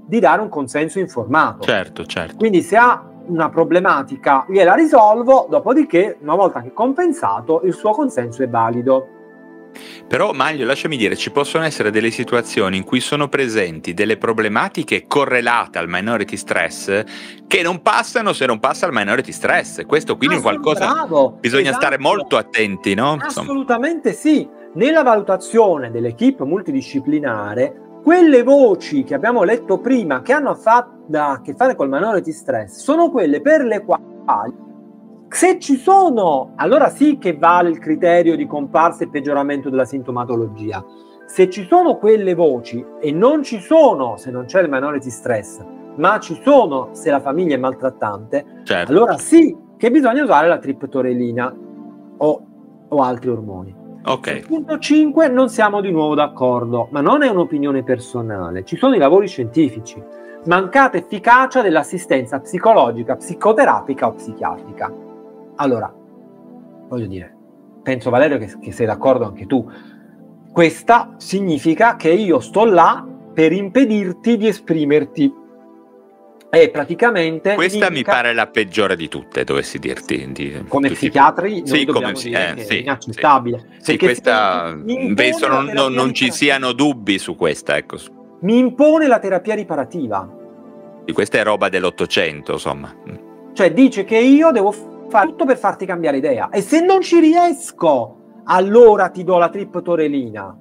di dare un consenso informato. Certo, certo. Quindi se ha una problematica gliela risolvo, dopodiché una volta che compensato il suo consenso è valido. Però Maglio, lasciami dire, ci possono essere delle situazioni in cui sono presenti delle problematiche correlate al minority stress che non passano se non passa il minority stress. Questo quindi è qualcosa bravo, bisogna esatto. stare molto attenti, no? Assolutamente sì. Nella valutazione dell'equipe multidisciplinare, quelle voci che abbiamo letto prima che hanno a che fare col minority stress sono quelle per le quali, se ci sono, allora sì che vale il criterio di comparsa e peggioramento della sintomatologia. Se ci sono quelle voci e non ci sono se non c'è il minority stress, ma ci sono se la famiglia è maltrattante, certo. allora sì che bisogna usare la triptorelina o, o altri ormoni. Ok. Punto cinque, non siamo di nuovo d'accordo, ma non è un'opinione personale, ci sono i lavori scientifici. Mancata efficacia dell'assistenza psicologica, psicoterapica o psichiatrica. Allora, voglio dire, penso Valerio che, che sei d'accordo anche tu. Questa significa che io sto là per impedirti di esprimerti. E praticamente questa indica, mi pare la peggiore di tutte, dovessi dirti. Di, come tutti, psichiatri, sì, noi come sì, eh, che sì, è inaccettabile. Sì, questa penso non, non, non ci riparativa. siano dubbi su questa, ecco. Mi impone la terapia riparativa. Di questa è roba dell'Ottocento, insomma. Cioè dice che io devo fare tutto per farti cambiare idea e se non ci riesco, allora ti do la triptorelina.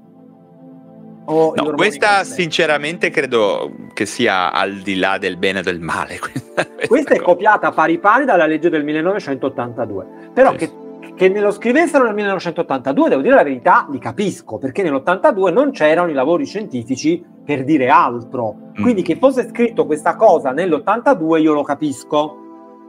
No, questa sinceramente credo che sia al di là del bene e del male. Questa, questa, questa è copiata pari pari dalla legge del millenovecentottantadue. Però che, che me lo scrivessero nel millenovecentottantadue, devo dire la verità, li capisco, perché nell'ottantadue non c'erano i lavori scientifici per dire altro. Quindi mm. che fosse scritto questa cosa nell'ottantadue io lo capisco.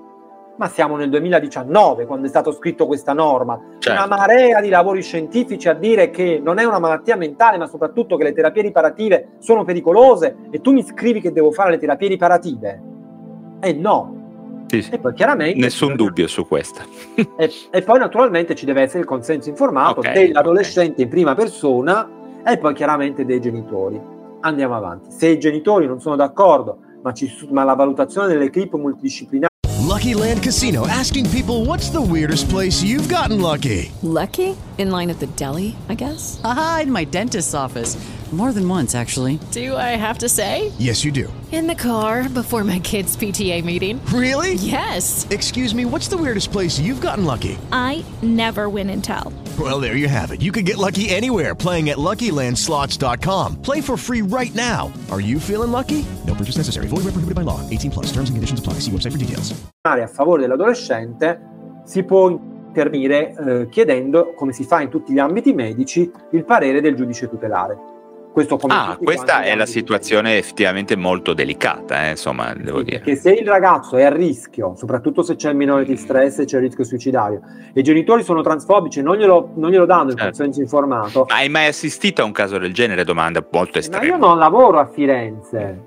Ma siamo nel duemiladiciannove quando è stato scritto questa norma. C'è certo. una marea di lavori scientifici a dire che non è una malattia mentale, ma soprattutto che le terapie riparative sono pericolose e tu mi scrivi che devo fare le terapie riparative? Eh no. Sì, sì. E poi chiaramente nessun dubbio su questo. e, e poi naturalmente ci deve essere il consenso informato okay, dell'adolescente okay. in prima persona e poi chiaramente dei genitori. Andiamo avanti. Se i genitori non sono d'accordo, ma, ci, ma la valutazione dell'equipe multidisciplinare. Lucky Land Casino, asking people, what's the weirdest place you've gotten lucky? Lucky? In line at the deli, I guess? Aha, in my dentist's office. More than once, actually. Do I have to say? Yes, you do. In the car before my kids' P T A meeting. Really? Yes. Excuse me, what's the weirdest place you've gotten lucky? I never win and tell. Well, there you have it. You can get lucky anywhere, playing at Lucky Land Slots dot com. Play for free right now. Are you feeling lucky? No purchase necessary. Void where prohibited by law. eighteen plus. Terms and conditions apply. See website for details. A favore dell'adolescente si può intervenire eh, chiedendo, come si fa in tutti gli ambiti medici, il parere del giudice tutelare. Questo come ah, questa è la situazione effettivamente molto delicata, eh, insomma, devo sì, dire. Che se il ragazzo è a rischio, soprattutto se c'è il minority stress e c'è il rischio suicidario, e i genitori sono transfobici e non glielo, non glielo danno il certo. consenso informato. Ma hai mai assistito a un caso del genere? Domanda molto estrema. Ma io non lavoro a Firenze.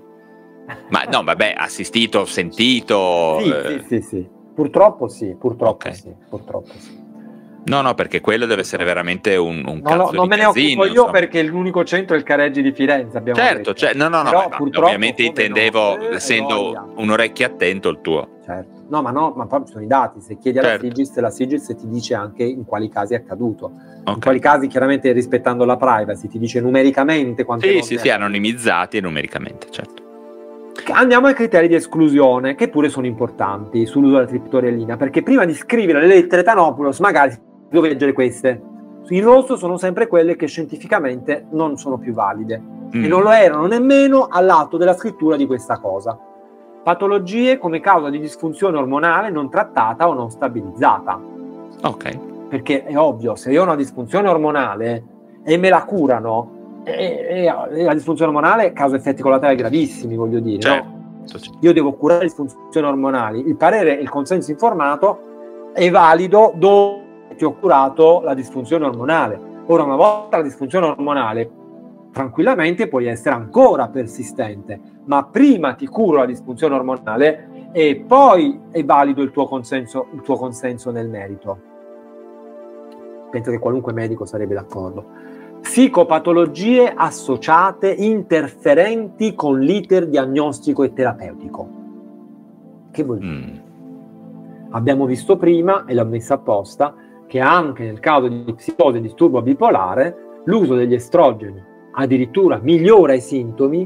Ma no, vabbè, assistito, sentito. Sì, eh... sì, sì, sì. Purtroppo sì, purtroppo okay. sì, purtroppo sì. No, no, perché quello deve essere veramente un, un no, cazzo no, di non me ne casino, occupo io insomma. Perché l'unico centro è il Careggi di Firenze. Abbiamo certo, detto. cioè, no, no, no, Però, ma, ovviamente intendevo, no, essendo un orecchio attento il tuo. Certo, no, ma no, ma poi sono i dati. Se chiedi alla certo. Sigis, la Sigis ti dice anche in quali casi è accaduto. Okay. In quali casi, chiaramente rispettando la privacy, ti dice numericamente quante sì, volte sì, sì, anonimizzati e numericamente, certo. Andiamo ai criteri di esclusione, che pure sono importanti sull'uso della triptorelina, perché prima di scrivere le lettere Tanopoulos magari devo leggere queste. In rosso sono sempre quelle che scientificamente non sono più valide mm. e non lo erano nemmeno all'atto della scrittura di questa cosa. Patologie come causa di disfunzione ormonale non trattata o non stabilizzata. Ok. Perché è ovvio, se io ho una disfunzione ormonale e me la curano, e, e, e la disfunzione ormonale causa effetti collaterali gravissimi, voglio dire, certo. no? Io devo curare le disfunzioni ormonali. Il parere e il consenso informato è valido dove ti ho curato la disfunzione ormonale. Ora, una volta la disfunzione ormonale, tranquillamente puoi essere ancora persistente, ma prima ti curo la disfunzione ormonale e poi è valido il tuo consenso, il tuo consenso nel merito. Penso che qualunque medico sarebbe d'accordo. psicopatologie associate interferenti con l'iter diagnostico e terapeutico. Che vuol dire? Mm. Abbiamo visto prima, e l'ho messa apposta, che anche nel caso di psicosi e disturbo bipolare l'uso degli estrogeni addirittura migliora i sintomi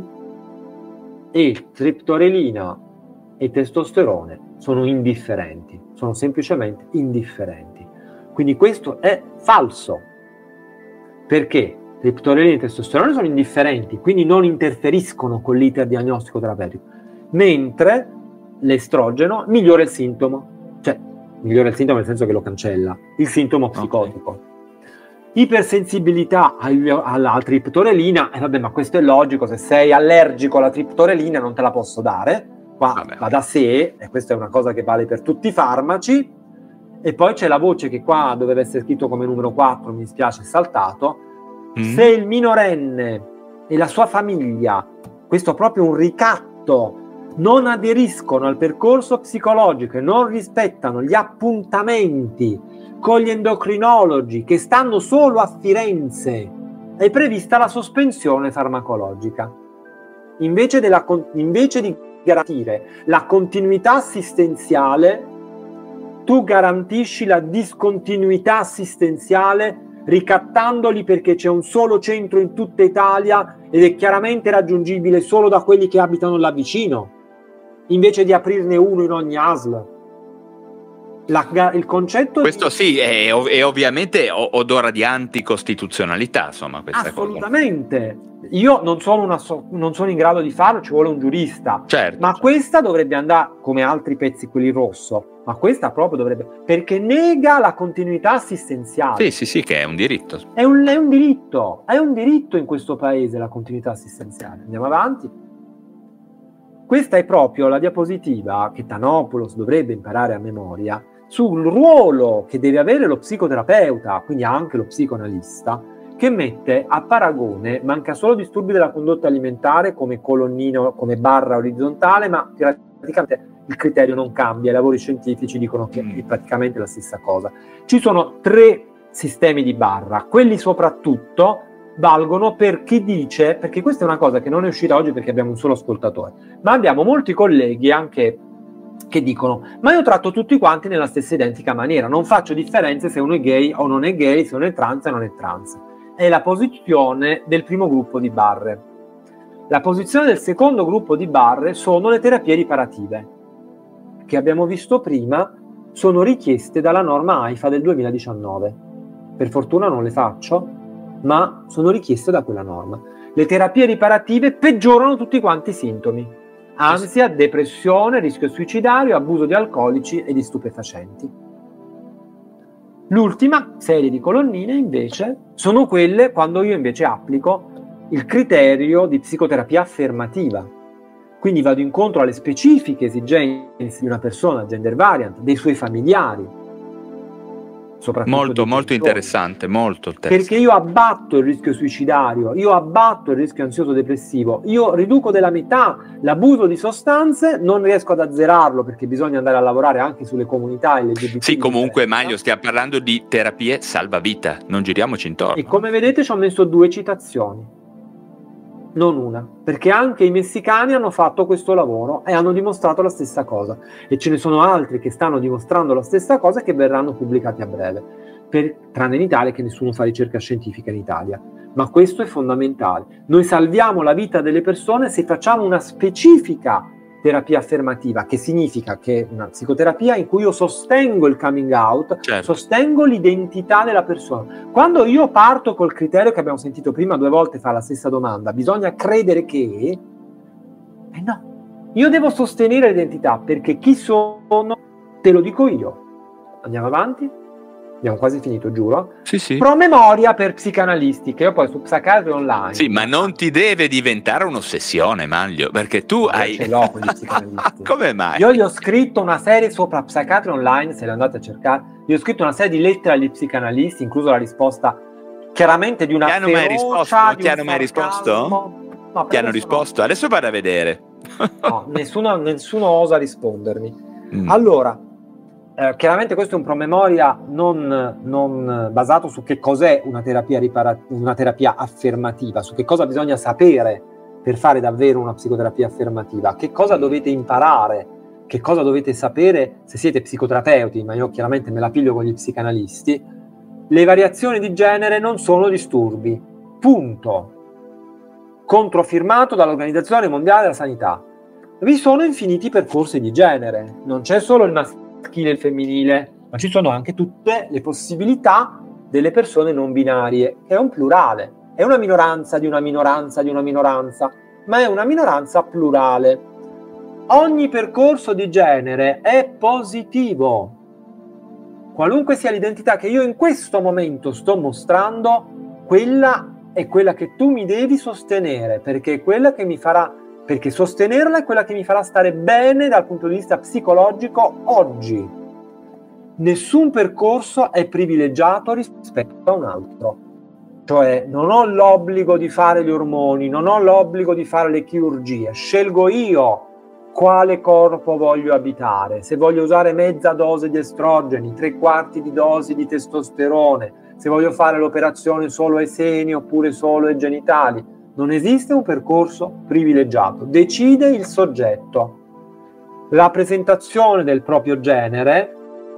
e triptorelina e testosterone sono indifferenti, sono semplicemente indifferenti. Quindi questo è falso, perché triptorelina e testosterone sono indifferenti, quindi non interferiscono con l'iter diagnostico terapeutico, mentre l'estrogeno migliora il sintomo, cioè migliora il sintomo nel senso che lo cancella, il sintomo psicotico. Okay. Ipersensibilità alla triptorelina, e eh vabbè, ma questo è logico, se sei allergico alla triptorelina non te la posso dare, qua vabbè. Va da sé, e questa è una cosa che vale per tutti i farmaci. E poi c'è la voce che qua doveva essere scritto come numero quattro, mi dispiace, è saltato. Mm. Se il minorenne e la sua famiglia, questo è proprio un ricatto, non aderiscono al percorso psicologico e non rispettano gli appuntamenti con gli endocrinologi che stanno solo a Firenze, è prevista la sospensione farmacologica. Invece, della, invece di garantire la continuità assistenziale, tu garantisci la discontinuità assistenziale ricattandoli perché c'è un solo centro in tutta Italia ed è chiaramente raggiungibile solo da quelli che abitano là vicino, invece di aprirne uno in ogni A S L. La, il concetto questo di... sì è, è ovviamente odora di anticostituzionalità, insomma, questa assolutamente cosa. Io non sono, una so, non sono in grado di farlo, ci vuole un giurista, certo, ma certo. Questa dovrebbe andare come altri pezzi, quelli rosso, ma questa proprio dovrebbe, perché nega la continuità assistenziale. Sì, sì, sì, che è un diritto. È un, è un diritto, è un diritto in questo paese la continuità assistenziale. Andiamo avanti. Questa è proprio la diapositiva che Thanopoulos dovrebbe imparare a memoria sul ruolo che deve avere lo psicoterapeuta, quindi anche lo psicoanalista, che mette a paragone, manca solo disturbi della condotta alimentare come colonnino, come barra orizzontale, ma praticamente il criterio non cambia, i lavori scientifici dicono che è praticamente la stessa cosa. Ci sono tre sistemi di barra, quelli soprattutto valgono per chi dice, perché questa è una cosa che non è uscita oggi perché abbiamo un solo ascoltatore, ma abbiamo molti colleghi anche che dicono, ma io tratto tutti quanti nella stessa identica maniera, non faccio differenze se uno è gay o non è gay, se uno è trans o non è trans. È la posizione del primo gruppo di barre. La posizione del secondo gruppo di barre sono le terapie riparative, che abbiamo visto prima, sono richieste dalla norma AIFA del duemiladiciannove. Per fortuna non le faccio, ma sono richieste da quella norma. Le terapie riparative peggiorano tutti quanti i sintomi: ansia, depressione, rischio suicidario, abuso di alcolici e di stupefacenti. L'ultima serie di colonnine invece sono quelle quando io invece applico il criterio di psicoterapia affermativa. Quindi vado incontro alle specifiche esigenze di una persona gender variant, dei suoi familiari. Molto, molto interessante, molto interessante. Perché io abbatto il rischio suicidario, io abbatto il rischio ansioso depressivo, io riduco della metà l'abuso di sostanze, non riesco ad azzerarlo perché bisogna andare a lavorare anche sulle comunità L G B T. Sì, comunque Maglio, stiamo parlando di terapie salvavita, non giriamoci intorno. E come vedete ci ho messo due citazioni, non una, perché anche i messicani hanno fatto questo lavoro e hanno dimostrato la stessa cosa, e ce ne sono altri che stanno dimostrando la stessa cosa che verranno pubblicati a breve, per, tranne in Italia, che nessuno fa ricerca scientifica in Italia. Ma questo è fondamentale. Noi salviamo la vita delle persone se facciamo una specifica terapia affermativa, che significa che è una psicoterapia in cui io sostengo il coming out, certo. sostengo l'identità della persona. Quando io parto col criterio che abbiamo sentito prima due volte fa la stessa domanda, bisogna credere che, eh no, io devo sostenere l'identità, perché chi sono te lo dico io. Andiamo avanti? Abbiamo quasi finito, giuro. Sì, sì. Promemoria per psicanalisti, che io poi su Psychiatry Online. Sì, ma non ti deve diventare un'ossessione, Maglio, perché tu io hai... ce l'ho con gli psicanalisti. Come mai? Io gli ho scritto una serie sopra Psychiatry Online, se le andate a cercare, gli ho scritto una serie di lettere agli psicanalisti, incluso la risposta chiaramente di una ferocia. Ti hanno mai risposto? Ti hanno mai risposto? No, ti hanno risposto? No. Adesso vado a vedere. No, nessuno, nessuno osa rispondermi. Mm. Allora, eh, chiaramente questo è un promemoria non, non basato su che cos'è una terapia, ripara- una terapia affermativa, su che cosa bisogna sapere per fare davvero una psicoterapia affermativa, che cosa dovete imparare, che cosa dovete sapere se siete psicoterapeuti, ma io chiaramente me la piglio con gli psicanalisti. Le variazioni di genere non sono disturbi, punto. Controfirmato dall'Organizzazione Mondiale della Sanità. Vi sono infiniti percorsi di genere, non c'è solo il maschile e il femminile, ma ci sono anche tutte le possibilità delle persone non binarie, che è un plurale, è una minoranza di una minoranza di una minoranza, ma è una minoranza plurale. Ogni percorso di genere è positivo. Qualunque sia l'identità che io in questo momento sto mostrando, quella è quella che tu mi devi sostenere, perché è quella che mi farà, perché sostenerla è quella che mi farà stare bene dal punto di vista psicologico oggi. Nessun percorso è privilegiato rispetto a un altro. Cioè, non ho l'obbligo di fare gli ormoni, non ho l'obbligo di fare le chirurgie, scelgo io quale corpo voglio abitare, se voglio usare mezza dose di estrogeni, tre quarti di dosi di testosterone, se voglio fare l'operazione solo ai seni oppure solo ai genitali. Non esiste un percorso privilegiato, decide il soggetto. La presentazione del proprio genere,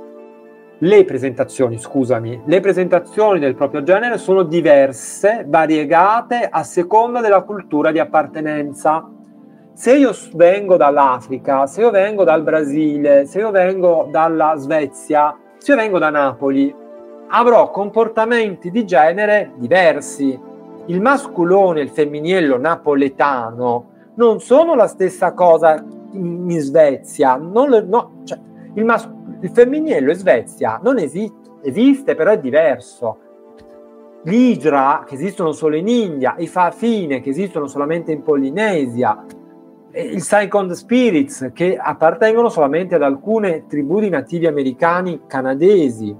le presentazioni, scusami, le presentazioni del proprio genere sono diverse, variegate a seconda della cultura di appartenenza. Se io vengo dall'Africa, se io vengo dal Brasile, se io vengo dalla Svezia, se io vengo da Napoli, avrò comportamenti di genere diversi. Il masculone e il femminile napoletano non sono la stessa cosa in, in Svezia. Non le, no, cioè, il, mas- il femminile in Svezia non esiste, esiste, però è diverso. Gli Hijra, che esistono solo in India, i Fafine, che esistono solamente in Polinesia, il Second Spirits, che appartengono solamente ad alcune tribù di nativi americani, canadesi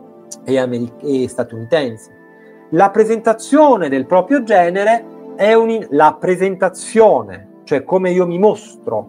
e, ameri- e statunitensi. La presentazione del proprio genere è un, la presentazione, cioè come io mi mostro,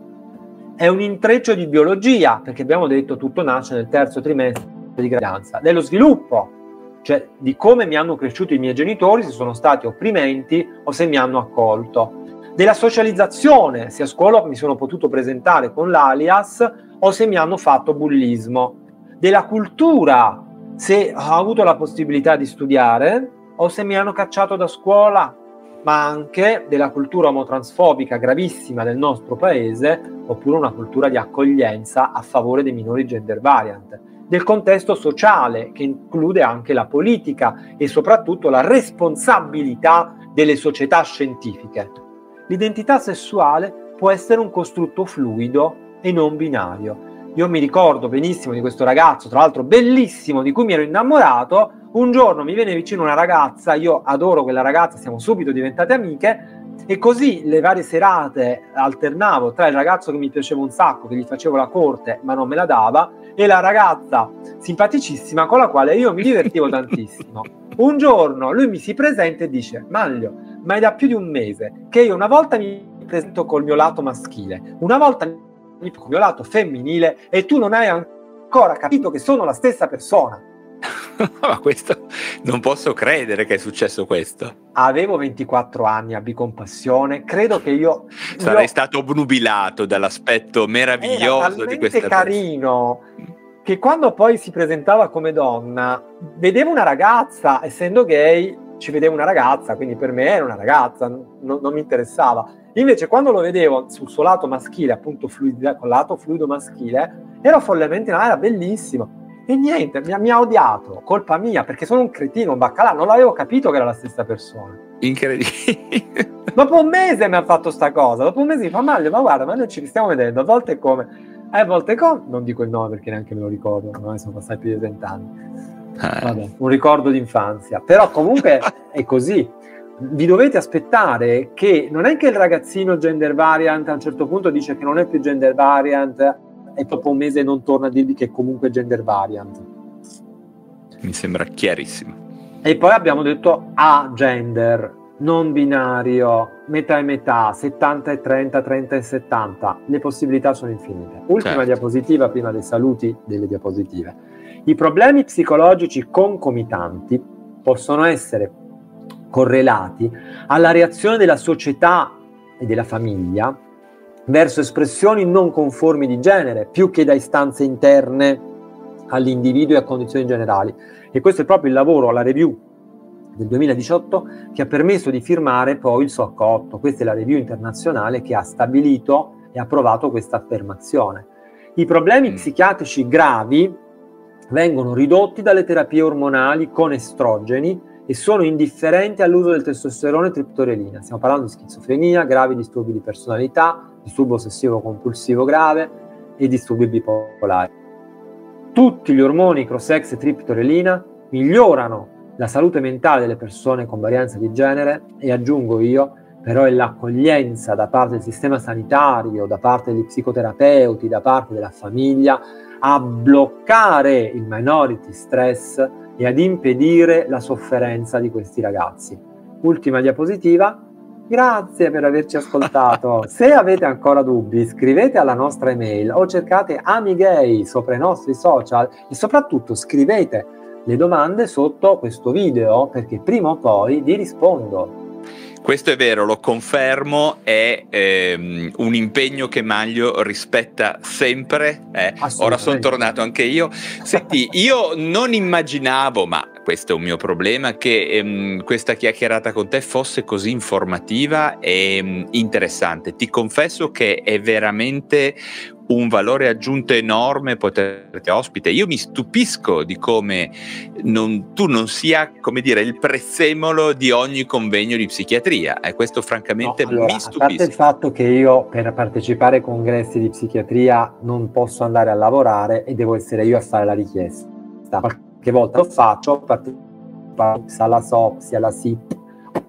è un intreccio di biologia, perché abbiamo detto tutto nasce nel terzo trimestre di gravidanza, dello sviluppo, cioè di come mi hanno cresciuto i miei genitori, se sono stati opprimenti o se mi hanno accolto, della socializzazione, se a scuola mi sono potuto presentare con l'alias o se mi hanno fatto bullismo, della cultura, se ho avuto la possibilità di studiare o se mi hanno cacciato da scuola, ma anche della cultura omotransfobica gravissima del nostro paese, oppure una cultura di accoglienza a favore dei minori gender variant, del contesto sociale che include anche la politica e soprattutto la responsabilità delle società scientifiche. L'identità sessuale può essere un costrutto fluido e non binario. Io mi ricordo benissimo di questo ragazzo, tra l'altro bellissimo, di cui mi ero innamorato. Un giorno mi viene vicino una ragazza, io adoro quella ragazza, siamo subito diventate amiche, e così le varie serate alternavo tra il ragazzo che mi piaceva un sacco, che gli facevo la corte ma non me la dava, e la ragazza simpaticissima con la quale io mi divertivo tantissimo. Un giorno lui mi si presenta e dice: Manlio, ma è da più di un mese che io una volta mi presento col mio lato maschile, una volta mi presento col mio lato femminile, e tu non hai ancora capito che sono la stessa persona. Ma questo non posso credere che è successo questo. Avevo ventiquattro anni, abbi compassione, credo che io sarei io... stato obnubilato dall'aspetto meraviglioso di questa carino persona, che quando poi si presentava come donna vedevo una ragazza, essendo gay ci vedevo una ragazza, quindi per me era una ragazza, non, non mi interessava. Invece quando lo vedevo sul suo lato maschile, appunto fluido, con lato fluido maschile, ero follemente, no, era bellissimo. E niente, mi ha, mi ha odiato, colpa mia, perché sono un cretino, un baccalà, non l'avevo capito che era la stessa persona. Incredibile. Dopo un mese mi ha fatto sta cosa, dopo un mese mi fa: Maglio, ma guarda, ma noi ci stiamo vedendo, a volte come, a volte come, non dico il nome perché neanche me lo ricordo, ormai sono passati più di vent'anni. Vabbè, un ricordo d'infanzia, però comunque è così. Vi dovete aspettare che, non è che il ragazzino gender variant a un certo punto dice che non è più gender variant e dopo un mese non torna a dirvi che è comunque gender variant. Mi sembra chiarissimo. E poi abbiamo detto agender, non binario, metà e metà, settanta e trenta, trenta e settanta, le possibilità sono infinite. Ultima certo. diapositiva prima dei saluti delle diapositive. I problemi psicologici concomitanti possono essere correlati alla reazione della società e della famiglia verso espressioni non conformi di genere, più che da istanze interne all'individuo e a condizioni generali. E questo è proprio il lavoro, la review del duemiladiciotto, che ha permesso di firmare poi il S O C otto. Questa è la review internazionale che ha stabilito e approvato questa affermazione. I problemi psichiatrici gravi vengono ridotti dalle terapie ormonali con estrogeni e sono indifferenti all'uso del testosterone e triptorelina. Stiamo parlando di schizofrenia, gravi disturbi di personalità, disturbo ossessivo compulsivo grave e disturbi bipolari. Tutti gli ormoni cross-sex e triptorelina migliorano la salute mentale delle persone con varianza di genere e, aggiungo io, però è l'accoglienza da parte del sistema sanitario, da parte degli psicoterapeuti, da parte della famiglia a bloccare il minority stress e ad impedire la sofferenza di questi ragazzi. Ultima diapositiva. Grazie per averci ascoltato. Se avete ancora dubbi, scrivete alla nostra email o cercate Amigay sopra i nostri social e soprattutto scrivete le domande sotto questo video, perché prima o poi vi rispondo. Questo è vero, lo confermo, è ehm, un impegno che Manlio rispetta sempre. Eh. Ora sono tornato anche io. Senti, io non immaginavo, ma questo è un mio problema, che ehm, questa chiacchierata con te fosse così informativa e ehm, interessante. Ti confesso che è veramente un valore aggiunto enorme poterti ospite. Io mi stupisco di come non, tu non sia, come dire, il prezzemolo di ogni convegno di psichiatria, e questo francamente no, allora, mi stupisco. A parte il fatto che io per partecipare ai congressi di psichiatria non posso andare a lavorare e devo essere io a fare la richiesta. Qualche volta lo faccio, partecipo sia alla S O P, sia alla S I P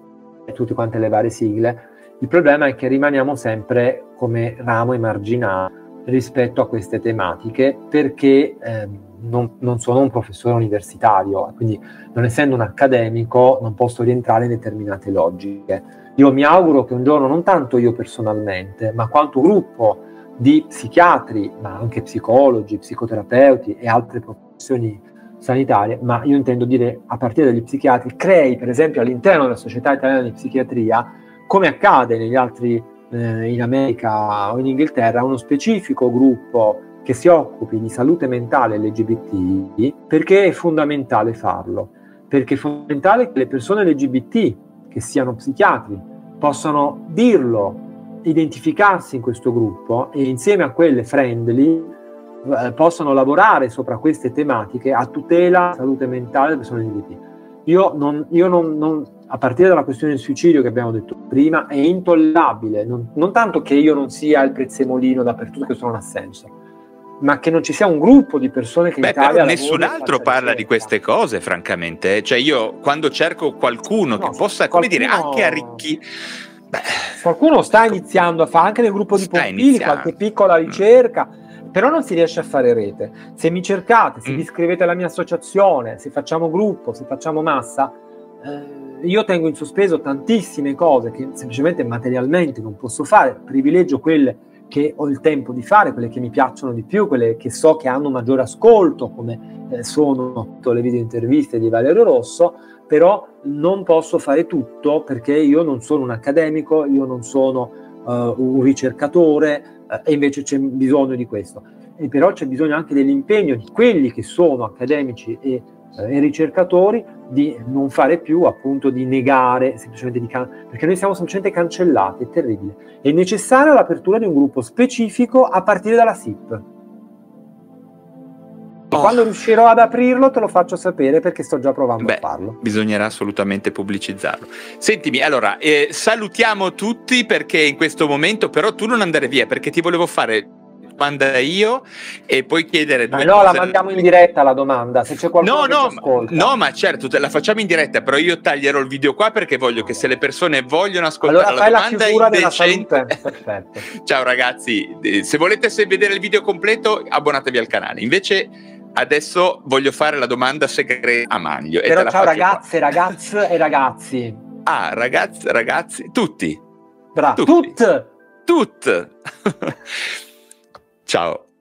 e tutte quante le varie sigle. Il problema è che rimaniamo sempre come ramo emarginato rispetto a queste tematiche, perché eh, non, non sono un professore universitario, quindi non essendo un accademico non posso rientrare in determinate logiche. Io mi auguro che un giorno, non tanto io personalmente, ma quanto gruppo di psichiatri, ma anche psicologi, psicoterapeuti e altre professioni sanitarie, ma io intendo dire a partire dagli psichiatri, crei per esempio all'interno della Società Italiana di Psichiatria, come accade negli altri in America o in Inghilterra, uno specifico gruppo che si occupi di salute mentale L G B T, perché è fondamentale farlo, perché è fondamentale che le persone L G B T, che siano psichiatri, possano dirlo, identificarsi in questo gruppo e insieme a quelle friendly eh, possano lavorare sopra queste tematiche a tutela della salute mentale delle persone L G B T. Io non, io non, non a partire dalla questione del suicidio che abbiamo detto prima, è intollerabile, non, non tanto che io non sia il prezzemolino dappertutto, che questo non ha senso, ma che non ci sia un gruppo di persone che Beh, in Italia però nessun altro parla ricerca. Di queste cose, francamente. Cioè io quando cerco qualcuno no, che possa, come dire, anche arricchire... Qualcuno sta iniziando a fare, anche nel gruppo di Pompili, qualche piccola ricerca, mm. però non si riesce a fare rete. Se mi cercate, se mm. vi iscrivete alla mia associazione, se facciamo gruppo, se facciamo massa... Eh, io tengo in sospeso tantissime cose che semplicemente materialmente non posso fare, privilegio quelle che ho il tempo di fare, quelle che mi piacciono di più, quelle che so che hanno maggiore ascolto, come eh, sono le video interviste di Valerio Rosso, però non posso fare tutto perché io non sono un accademico, io non sono uh, un ricercatore uh, e invece c'è bisogno di questo. E però c'è bisogno anche dell'impegno di quelli che sono accademici e e ricercatori di non fare più, appunto, di negare semplicemente di can- perché noi siamo semplicemente cancellati, è terribile. È necessaria l'apertura di un gruppo specifico a partire dalla S I P. E oh. quando riuscirò ad aprirlo te lo faccio sapere, perché sto già provando Beh, a farlo. Bisognerà assolutamente pubblicizzarlo. Sentimi, allora eh, salutiamo tutti, perché in questo momento però tu non andare via, perché ti volevo fare manda io e poi chiedere due no, cose. La mandiamo in diretta la domanda, se c'è qualcuno no, che no, ci ascolta. No, ma certo, te la facciamo in diretta, però io taglierò il video qua perché voglio che se le persone vogliono ascoltare allora, la fai domanda la chiusura della indecente... salute. Perfetto. Ciao ragazzi, se volete se vedere il video completo abbonatevi al canale, invece adesso voglio fare la domanda segreta a Manlio. Però e te ciao la ragazze, qua. ragazze e ragazzi. Ah, ragazzi, ragazzi, tutti. Bra, tut! Tut! Ciao.